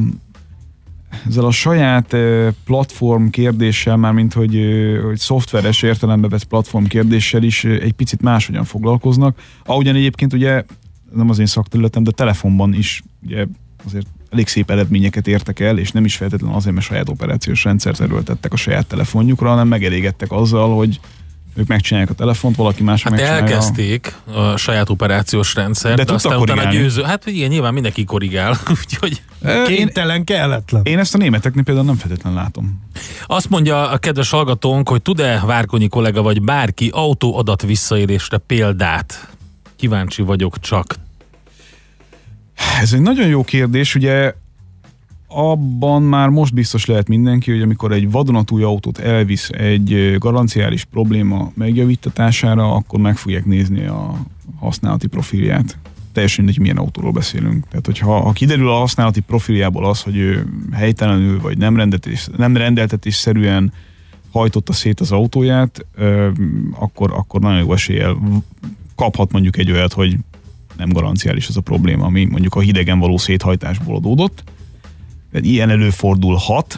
a saját platform kérdéssel, mármint hogy szoftveres értelembe vett platform kérdéssel is egy picit máshogyan foglalkoznak. Ahogyan egyébként ugye, nem az én szakterületem, de telefonban is ugye azért elég szép eredményeket értek el, és nem is feltétlenül azért, mert saját operációs rendszert erőltettek a saját telefonjukra, hanem megelégedtek azzal, hogy ők megcsinálják a telefont, valaki más megcsinálja. Elkezdték a saját operációs rendszert, de aztán utána győző. Hát igen, nyilván mindenki korrigál, úgyhogy... Kénytelen, kelletlen. Én ezt a németeknél például nem feltétlenül látom. Azt mondja a kedves hallgatónk, hogy tud-e Várkonyi kollega vagy bárki autóadat visszaélésre példát? Kíváncsi vagyok csak. Ez egy nagyon jó kérdés, ugye abban már most biztos lehet mindenki, hogy amikor egy vadonatúj autót elvisz egy garanciális probléma megjavítatására, akkor meg fogják nézni a használati profilját. Teljesen mindegy, milyen autóról beszélünk. Tehát, hogyha kiderül a használati profiljából az, hogy ő helytelenül vagy nem rendeltetésszerűen hajtotta szét az autóját, akkor nagyon jó eséllyel kaphat mondjuk egy olyat, hogy nem garanciális ez a probléma, ami mondjuk a hidegen való széthajtásból adódott. Tehát ilyen előfordulhat,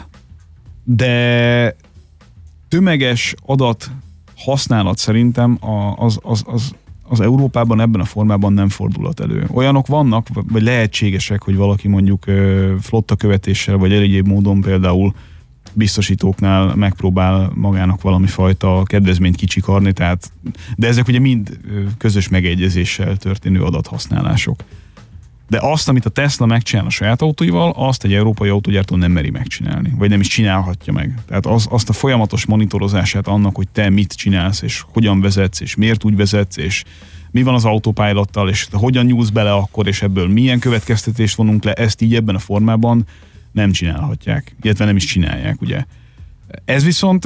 de tömeges adat használat szerintem az Európában ebben a formában nem fordulhat elő. Olyanok vannak, vagy lehetségesek, hogy valaki mondjuk flotta követéssel, vagy egyéb módon például biztosítóknál megpróbál magának valami fajta kedvezményt kicsikarni, de ezek ugye mind közös megegyezéssel történő adathasználások. De azt, amit a Tesla megcsinál a saját autóival, azt egy európai autógyártó nem meri megcsinálni, vagy nem is csinálhatja meg. Tehát azt a folyamatos monitorozását annak, hogy te mit csinálsz, és hogyan vezetsz, és miért úgy vezetsz, és mi van az autopilottal, és hogyan nyúlsz bele akkor, és ebből milyen következtetést vonunk le, ezt így ebben a formában nem csinálhatják, illetve nem is csinálják, ugye. Ez viszont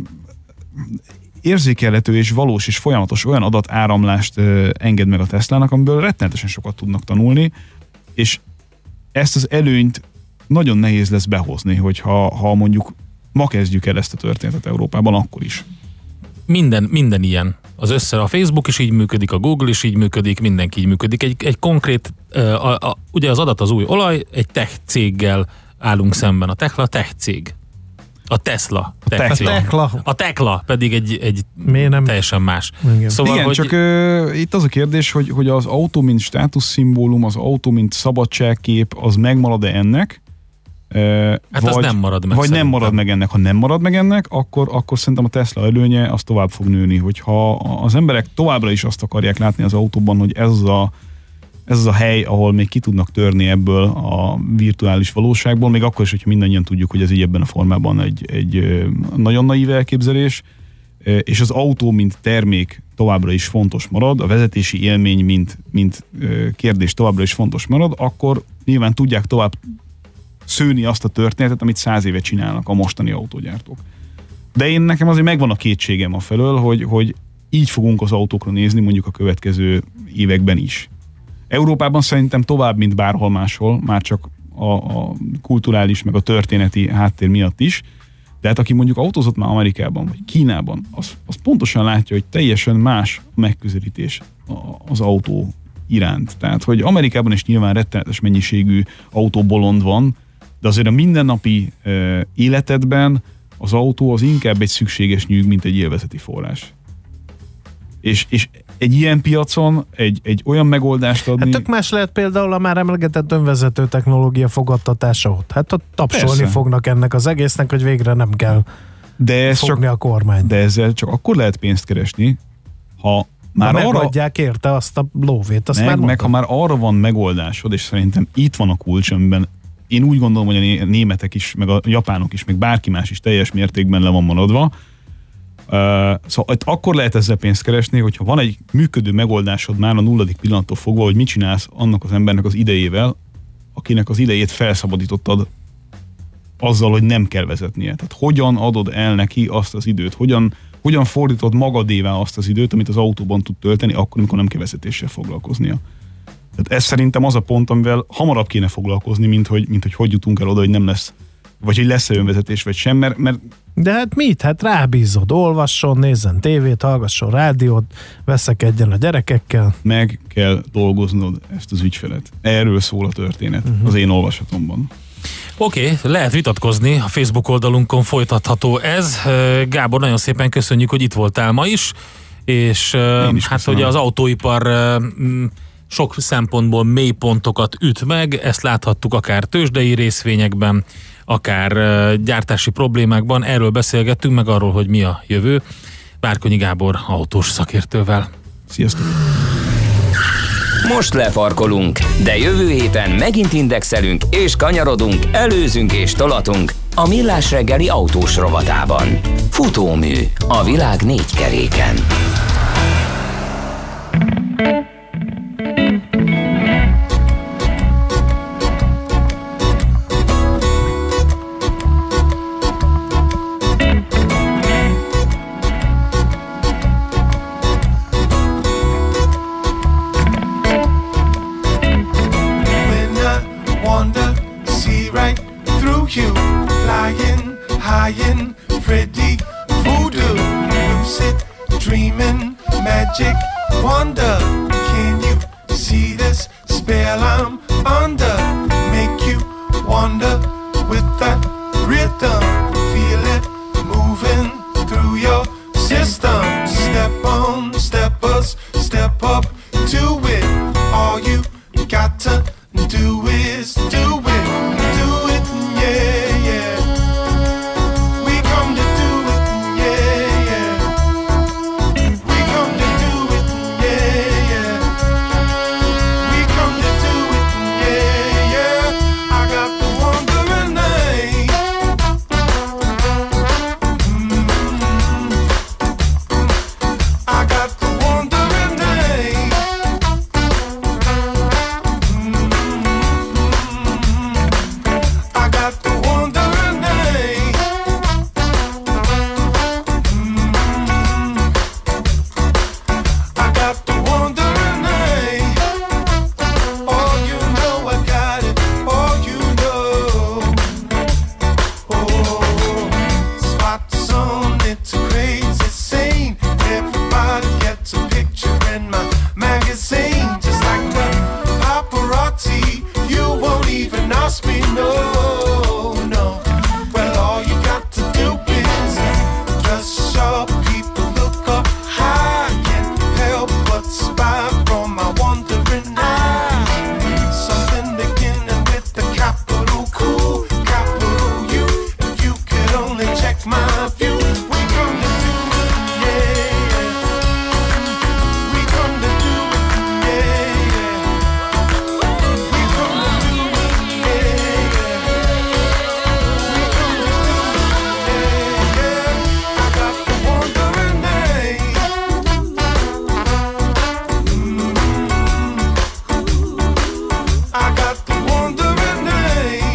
érzékelhető és valós és folyamatos olyan adatáramlást enged meg a Teslának, amiből rettenetesen sokat tudnak tanulni, és ezt az előnyt nagyon nehéz lesz behozni, hogyha mondjuk ma kezdjük el ezt a történetet Európában, akkor is. Minden ilyen. A Facebook is így működik, a Google is így működik, mindenki így működik. Egy konkrét, ugye az adat az új olaj, egy tech céggel állunk szemben. A tech cég. A Tesla. A Tekla pedig egy teljesen más. Szóval, igen, csak itt az a kérdés, hogy az autó mint státuszszimbólum, az autó mint szabadságkép, az megmarad-e ennek? Az nem marad meg. Vagy nem marad meg ennek. Ha nem marad meg ennek, akkor szerintem a Tesla előnye az tovább fog nőni. Hogyha az emberek továbbra is azt akarják látni az autóban, hogy ez az a hely, ahol még ki tudnak törni ebből a virtuális valóságból, még akkor is, hogyha mindannyian tudjuk, hogy ez így ebben a formában egy nagyon naív elképzelés, és az autó, mint termék továbbra is fontos marad, a vezetési élmény, mint kérdés továbbra is fontos marad, akkor nyilván tudják tovább szőni azt a történetet, amit 100 éve csinálnak a mostani autógyártók. De nekem azért megvan a kétségem afelől, hogy így fogunk az autókra nézni mondjuk a következő években is. Európában szerintem tovább, mint bárhol máshol, már csak a kulturális, meg a történeti háttér miatt is, de hát aki mondjuk autózott már Amerikában, vagy Kínában, az pontosan látja, hogy teljesen más a megközelítés az autó iránt. Tehát, hogy Amerikában is nyilván rettenetes mennyiségű autóbolond van, de azért a mindennapi életedben az autó az inkább egy szükséges nyűg, mint egy élvezeti forrás. És egy ilyen piacon egy olyan megoldást adni... Hát tök más lehet például a már emlegetett önvezető technológia fogadtatása ott. Hát ott tapsolni persze fognak ennek az egésznek, hogy végre nem kell fogni a kormányt. De ezzel csak akkor lehet pénzt keresni, ha már megadják érte azt a lóvét, meg ha már arra van megoldásod, és szerintem itt van a kulcs, amiben én úgy gondolom, hogy a németek is, meg a japánok is, meg bárki más is teljes mértékben le van maradva. Szóval akkor lehet ezzel pénzt keresni, hogyha van egy működő megoldásod már a 0. pillanattól fogva, hogy mit csinálsz annak az embernek az idejével, akinek az idejét felszabadítottad azzal, hogy nem kell vezetnie. Tehát hogyan adod el neki azt az időt, hogyan fordítod magadévá azt az időt, amit az autóban tud tölteni, akkor, amikor nem kell vezetéssel foglalkoznia. Tehát ez szerintem az a pont, amivel hamarabb kéne foglalkozni, mint hogy jutunk el oda, hogy nem lesz, vagy hogy lesz-e önvezetés, vagy sem, mert... De hát mit? Hát rábízod, olvasson, nézzen tévét, hallgasson rádiót, veszekedjen a gyerekekkel. Meg kell dolgoznod ezt az ügyfelet. Erről szól a történet az én olvasatomban. Oké, lehet vitatkozni, a Facebook oldalunkon folytatható ez. Gábor, nagyon szépen köszönjük, hogy itt voltál ma is, és hát ugye az autóipar sok szempontból mély pontokat üt meg, ezt láthattuk akár tőzsdei részvényekben, akár gyártási problémákban, erről beszélgettünk, meg arról, hogy mi a jövő. Várkonyi Gábor autós szakértővel. Sziasztok! Most lefarkolunk, de jövő héten megint indexelünk és kanyarodunk, előzünk és tolatunk a Millás reggeli autós rovatában. Futómű a világ 4 keréken. magic wonder. Can you see this spell I'm under? Make you wonder with that rhythm. Feel it moving through your system. Step on, steppers, step up to it. All you got to do is do it, yeah, yeah. We come to do it, yeah, yeah. We come to do it, yeah, yeah. We come to do it, yeah, yeah. I got the wandering name. I got the wandering name. I got the wandering name. I got the wandering name. Oh, you know I got it. Oh, you know. Oh, spot the sun, it's a crazy scene. Everybody gets a picture in my magazine. Just like the paparazzi, you won't even ask me, no, no. Well, all you got to do is dress sharp, people look up high. Can't help but spy from my wandering eye. Something beginning with the capital Q, capital U. If you could only check my view. We come to do it, yeah, yeah. We come to do it, yeah, yeah. We come to do it, yeah, yeah. We come to do it, yeah, yeah. I got the wandering name. I got the wandering name.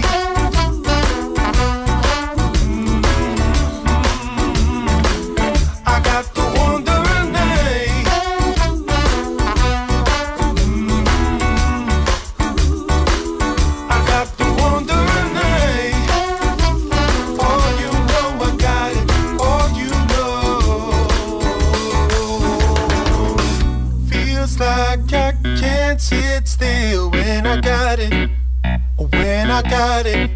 I got the wandering name. I got the wandering name. Oh, you know I got it. Oh, you know. Feels like I can't sit still when I got it. When I got it.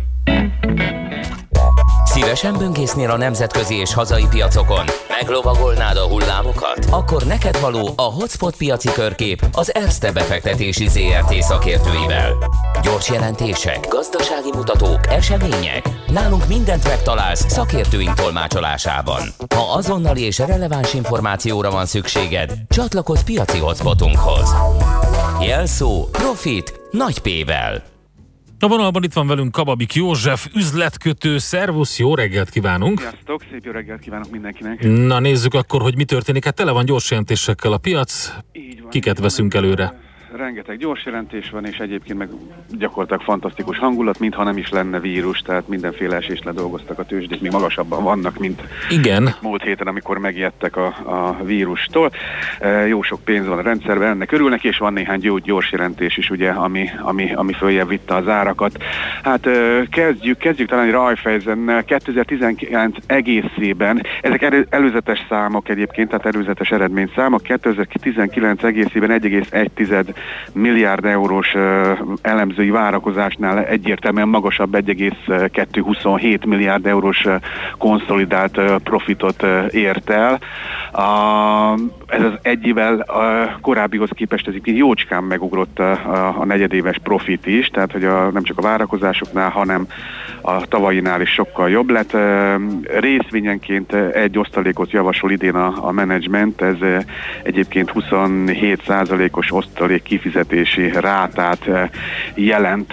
Szívesen böngésznél a nemzetközi és hazai piacokon? Meglovagolnád a hullámokat? Akkor neked való a Hotspot piaci körkép az Erste befektetési ZRT szakértőivel. Gyors jelentések, gazdasági mutatók, események. Nálunk mindent megtalálsz szakértőink tolmácsolásában. Ha azonnali és releváns információra van szükséged, csatlakozz piaci hotspotunkhoz. Jelszó Profit nagy P-vel. A vonalban itt van velünk Kababik József, üzletkötő. Szervusz, jó reggelt kívánunk! Sziasztok, szép jó reggelt kívánok mindenkinek! Na nézzük akkor, hogy mi történik. Hát tele van gyors jelentésekkel a piac. Így van, Kiket veszünk előre? Rengeteg gyors jelentés van, és egyébként meg gyakorlatilag fantasztikus hangulat, mintha nem is lenne vírus, tehát mindenféle esést ledolgoztak a tőzsdék, még magasabban vannak, mint igen. Múlt héten, amikor megijedtek a vírustól. Jó sok pénz van a rendszerben, ennek örülnek, és van néhány gyors jelentés is, ugye, ami följebb vitte az árakat. Hát kezdjük talán Raiffeisennel. 2019 egészében, ezek előzetes számok egyébként, tehát előzetes eredményszámok, 2019 egészében 1,1 milliárd eurós elemzői várakozásnál egyértelműen magasabb 1,227 milliárd eurós konszolidált profitot ért el. Ez az egy évvel korábbihoz képest ez jócskán megugrott a negyedéves profit is, tehát hogy nem csak a várakozásoknál, hanem a tavalyinál is sokkal jobb lett. Részvényenként egy osztalékot javasol idén a menedzsment, ez egyébként 27%-os osztalék kifizetési rátát jelent.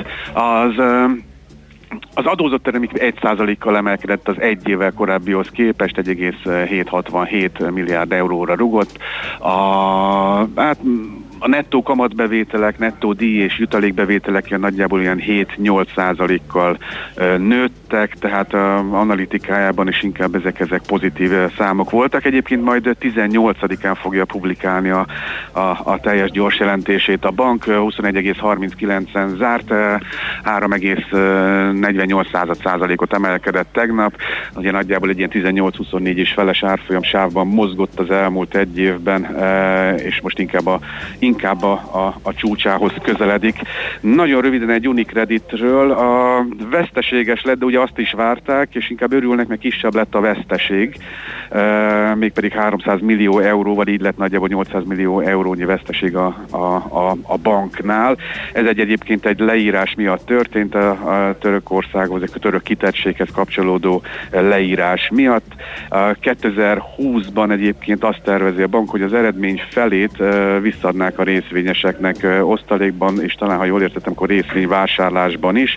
Az adózott eredmény 1%-kal emelkedett az egy évvel korábbihoz képest, 1,767 milliárd euróra rugott. Hát A nettó kamatbevételek, nettó díj és jutalékbevételek nagyjából ilyen 7-8%-kal nőttek, tehát analitikájában is inkább ezek pozitív számok voltak. Egyébként majd 18-án fogja publikálni a teljes gyors jelentését a bank, 21,39-en zárt, 3,48%-ot emelkedett tegnap, ugye nagyjából egy ilyen 18-24 és feles árfolyam sávban mozgott az elmúlt egy évben, és most inkább a csúcsához közeledik. Nagyon röviden egy Unicreditről, a veszteséges lett, de ugye azt is várták, és inkább örülnek, mert kisebb lett a veszteség, mégpedig 300 millió euróval, így lett nagyjából 800 millió eurónyi veszteség a banknál. Ez egyébként egy leírás miatt történt, a Törökországhoz, a török kitettséghez kapcsolódó leírás miatt. 2020-ban egyébként azt tervezi a bank, hogy az eredmény felét visszaadnák a részvényeseknek osztalékban, és talán, ha jól értettem, akkor részvényvásárlásban is.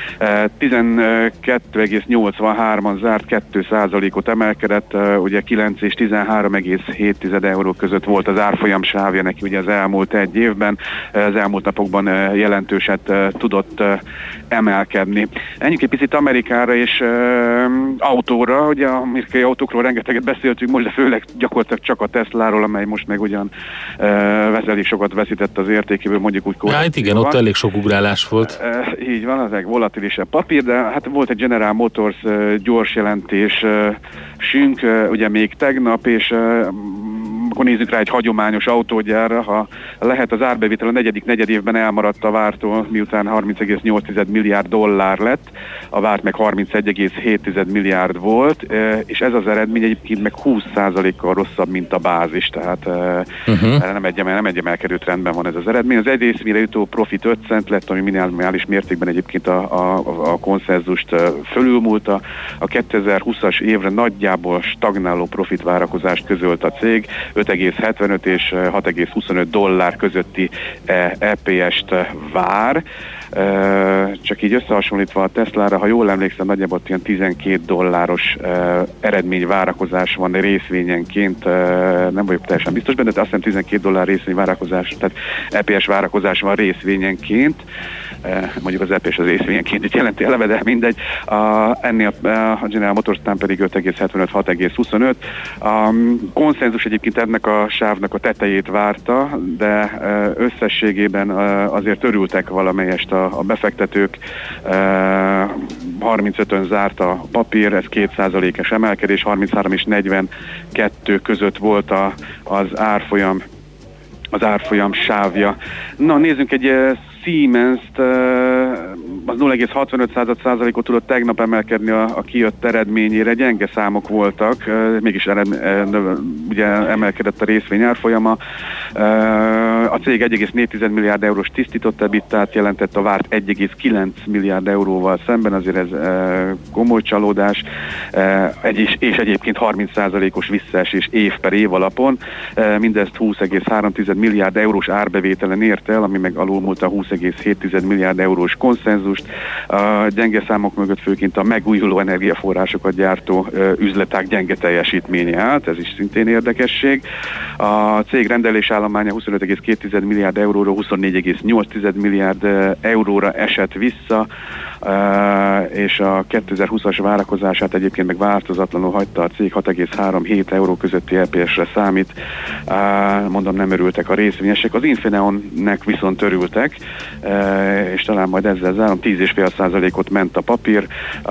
12,83-an zárt, 2%-ot emelkedett, ugye 9 és 13,7 euró között volt az árfolyam sávja neki ugye az elmúlt egy évben, az elmúlt napokban jelentőset tudott emelkedni. Ennyit egy picit Amerikára és autóra, ugye amerikai autókról rengeteget beszéltünk most, de főleg gyakorlatilag csak a Tesláról, amely most meg ugyan elég sokat veszített az értékéből, mondjuk úgy korrekcióval. Hát igen, ott elég sok ugrálás volt. Így van, az egy volatilisebb papír, de hát volt egy General Motors gyors jelentés ugye még tegnap, és akkor nézzük rá egy hagyományos autógyárra, ha lehet az árbevétel a negyedik negyedévben elmaradt a vártól, miután 30,8 milliárd dollár lett, a várt meg 31,7 milliárd volt, és ez az eredmény egyébként meg 20%-kal rosszabb, mint a bázis, tehát nem egy emelkedő trendben van ez az eredmény. Az egy részvényre jutó profit 5 cent lett, ami minimális mértékben egyébként a konszenzust fölülmúlta. A 2020-as évre nagyjából stagnáló profit várakozást közölt a cég, 5,75 és 6,25 dollár közötti EPS-t vár. Csak így összehasonlítva a Teslára, ha jól emlékszem, nagyjából ilyen 12 dolláros eredményvárakozás van részvényenként, nem vagyok teljesen biztos benne, de azt hiszem 12 dollár részvényvárakozás, tehát EPS várakozás van részvényenként, mondjuk az EPS az részvényenként itt jelenti eleve, de mindegy. Ennél a General Motors-tán pedig 5,75-6,25. A konszenzus egyébként ennek a sávnak a tetejét várta, de összességében azért örültek valamelyest a befektetők. 35-ön zárt a papír, ez 2%-es emelkedés, 33 és 42 között volt az árfolyam sávja. Na, nézzünk egy Siemens-t, az 0,65%-ot tudott tegnap emelkedni a kijött eredményére, gyenge számok voltak, mégis ugye emelkedett a részvény árfolyama. A cég 1,4 milliárd eurós tisztított EBITDA-t jelentett, a várt 1,9 milliárd euróval szemben, azért ez komoly csalódás, és egyébként 30%-os visszaesés év per év alapon, mindezt 20,3 milliárd eurós árbevételen ért el, ami meg alulmúlta 20,7 milliárd eurós konszenzust. A gyenge számok mögött főként a megújuló energiaforrásokat gyártó üzletág gyenge teljesítménye állt, ez is szintén érdekesség. A cég rendelésállománya 25,2 milliárd euróról 24,8 milliárd euróra esett vissza, és a 2020-as várakozását egyébként meg változatlanul hagyta a cég, 6,37 euró közötti EPS-re számít. Mondom, nem örültek a részvényesek. Az Infineonnek viszont örültek, és talán majd ezzel zárom, 10,5%-ot ment a papír.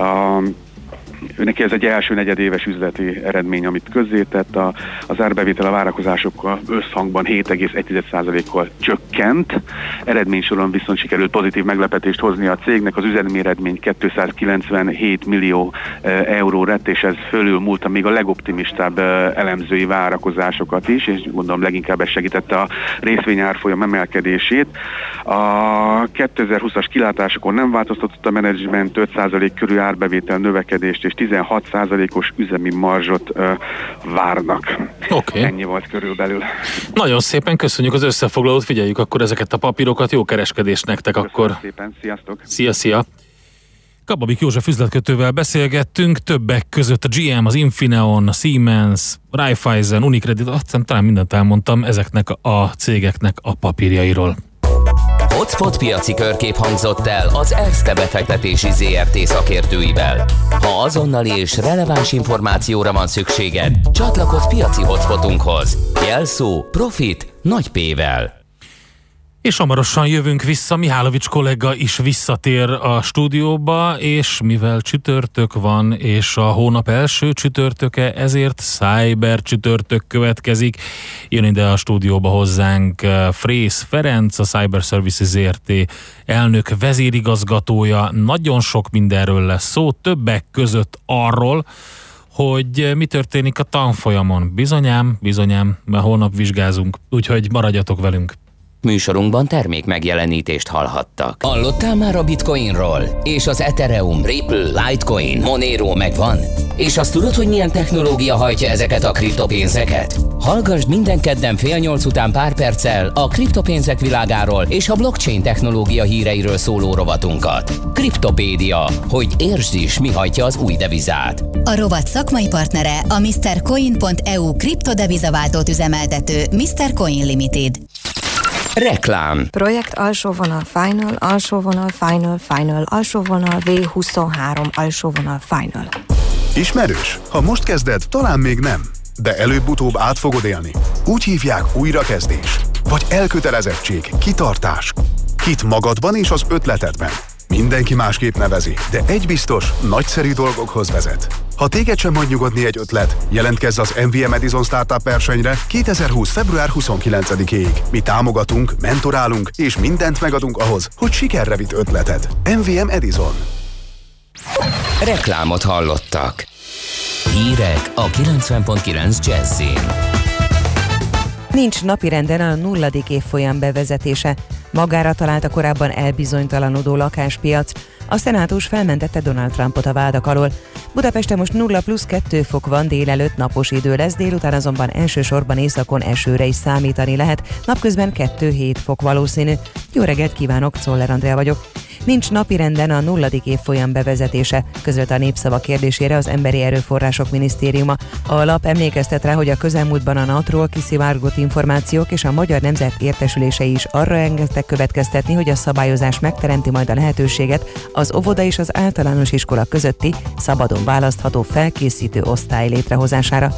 Neki ez egy első negyedéves üzleti eredmény, amit közzétett. Az árbevétel a várakozásokkal összhangban 7,1%-kal csökkent. Eredménysoron viszont sikerült pozitív meglepetést hozni a cégnek. Az üzemi eredmény 297 millió euró lett, és ez fölülmúlta még a legoptimistább elemzői várakozásokat is, és gondolom leginkább ez segítette a részvényárfolyam emelkedését. A 2020-as kilátásokon nem változtatott a menedzsment, 5% körül árbevétel növekedést és 16%-os üzemi marzsot várnak. Okay. Ennyi volt körülbelül. Nagyon szépen köszönjük az összefoglalót, figyeljük akkor ezeket a papírokat, jó kereskedést nektek. Köszönöm akkor. Szépen, sziasztok! Szia! Kababik József üzletkötővel beszélgettünk, többek között a GM, az Infineon, a Siemens, Raiffeisen, Unicredit, azt hiszem talán mindent elmondtam ezeknek a cégeknek a papírjairól. Hotspot piaci körkép hangzott el az Erste befektetési ZRT szakértőivel. Ha azonnali és releváns információra van szükséged, csatlakozz piaci hotspotunkhoz. Jelszó Profit nagy P-vel. És hamarosan jövünk vissza, Mihálovics kollega is visszatér a stúdióba, és mivel csütörtök van, és a hónap első csütörtöke, ezért Cyber csütörtök következik. Jön ide a stúdióba hozzánk Frész Ferenc, a Cyber Services ZRT elnök vezérigazgatója. Nagyon sok mindenről lesz szó, többek között arról, hogy mi történik a tanfolyamon. Bizonyám, mert holnap vizsgázunk, úgyhogy maradjatok velünk. Műsorunkban termék megjelenítést hallhattak. Hallottál már a Bitcoinról? És az Ethereum, Ripple, Litecoin, Monero megvan? És azt tudod, hogy milyen technológia hajtja ezeket a kriptopénzeket? Hallgasd minden kedden 7:30 után pár perccel a kriptopénzek világáról és a blockchain technológia híreiről szóló rovatunkat. Kriptopédia, hogy értsd is, mi hajtja az új devizát. A rovat szakmai partnere a MrCoin.eu kriptodevizaváltót üzemeltető Mr. Coin Limited. Reklám. Projekt alsóvonal final, alsóvonal final, final, alsóvonal V23, alsóvonal final. Ismerős? Ha most kezded, talán még nem, de előbb-utóbb át fogod élni. Úgy hívják újrakezdés. Vagy elkötelezettség, kitartás. Hitt magadban és az ötletedben. Mindenki másképp nevezi, de egy biztos, nagyszerű dolgokhoz vezet. Ha téged sem hagy nyugodni egy ötlet, jelentkezz az MVM Edison Startup versenyre 2020. február 29-ig. Mi támogatunk, mentorálunk és mindent megadunk ahhoz, hogy sikerre vidd ötleted. MVM Edison. Reklámot hallottak. Hírek a 90.9 Jazzin. Nincs napirenden a 0. évfolyam bevezetése. Magára talált a korábban elbizonytalanodó lakáspiac. A szenátus felmentette Donald Trumpot a vádak alól. Budapesten most 0+2 fok van, délelőtt napos idő lesz, délután azonban elsősorban északon esőre is számítani lehet. Napközben 2-7 fok valószínű. Jó reggelt kívánok, Czoller Andrea vagyok. Nincs napirenden a 0. évfolyam bevezetése, közölte a Népszava kérdésére az Emberi Erőforrások Minisztériuma. A lap emlékeztet rá, hogy a közelmúltban a NAT-ról kiszivárgott információk és a Magyar Nemzet értesülései is arra engedtek következtetni, hogy a szabályozás megteremti majd a lehetőséget az óvoda és az általános iskola közötti szabadon választható felkészítő osztály létrehozására.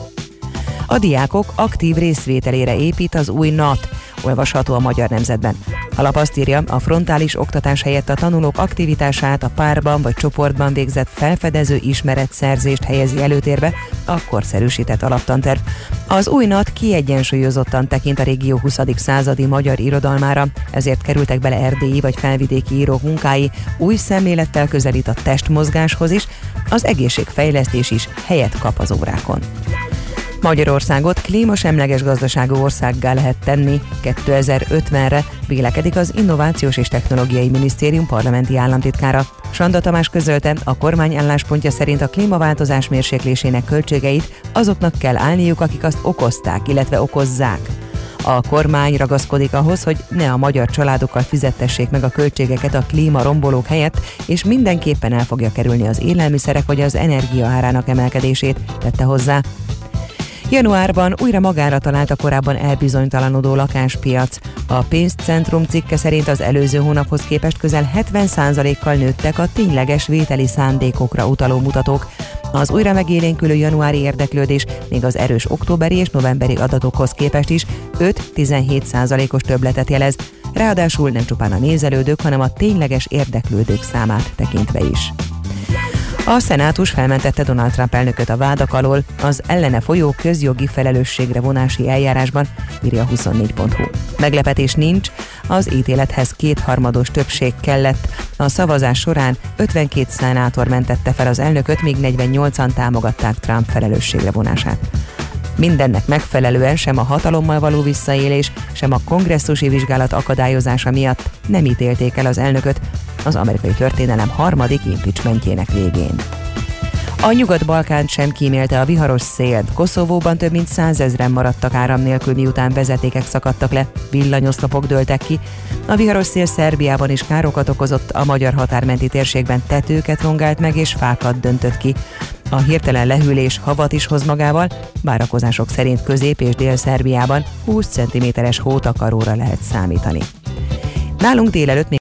A diákok aktív részvételére épít az új NAT, olvasható a Magyar Nemzetben. A lap azt írja, a frontális oktatás helyett a tanulók aktivitását, a párban vagy csoportban végzett felfedező ismeretszerzést helyezi előtérbe a korszerűsített alaptanterv. Az új NAT kiegyensúlyozottan tekint a régió 20. századi magyar irodalmára, ezért kerültek bele erdélyi vagy felvidéki írók munkái, új szemlélettel közelít a testmozgáshoz is, az egészségfejlesztés is helyet kap az órákon. Magyarországot klímasemleges gazdaságú országgá lehet tenni 2050-re, vélekedik az Innovációs és Technológiai Minisztérium parlamenti államtitkára. Sanda Tamás közölte, a kormány álláspontja szerint a klímaváltozás mérséklésének költségeit azoknak kell állniuk, akik azt okozták, illetve okozzák. A kormány ragaszkodik ahhoz, hogy ne a magyar családokkal fizettessék meg a költségeket a klímarombolók helyett, és mindenképpen el fogja kerülni az élelmiszerek vagy az energia árának emelkedését, tette hozzá. Januárban újra magára talált a korábban elbizonytalanodó lakáspiac. A Pénzcentrum cikke szerint az előző hónaphoz képest közel 70%-kal nőttek a tényleges vételi szándékokra utaló mutatók. Az újra megélénkülő januári érdeklődés még az erős októberi és novemberi adatokhoz képest is 5-17%-os többletet jelez. Ráadásul nem csupán a nézelődők, hanem a tényleges érdeklődők számát tekintve is. A szenátus felmentette Donald Trump elnököt a vádak alól az ellene folyó közjogi felelősségre vonási eljárásban, írja 24.hu. Meglepetés nincs, az ítélethez 2/3 többség kellett. A szavazás során 52 szenátor mentette fel az elnököt, míg 48-an támogatták Trump felelősségre vonását. Mindennek megfelelően sem a hatalommal való visszaélés, sem a kongresszusi vizsgálat akadályozása miatt nem ítélték el az elnököt az amerikai történelem 3. impeachmentjének végén. A Nyugat-Balkánt sem kímélte a viharos szél. Koszovóban több mint 100 000-en maradtak áram nélkül, miután vezetékek szakadtak le, villanyoszlopok dőltek ki. A viharos szél Szerbiában is károkat okozott, a magyar határmenti térségben tetőket rongált meg és fákat döntött ki. A hirtelen lehűlés havat is hoz magával, várakozások szerint Közép- és Dél-Szerbiában 20 cm-es hótakaróra lehet számítani. Nálunk délelőtt még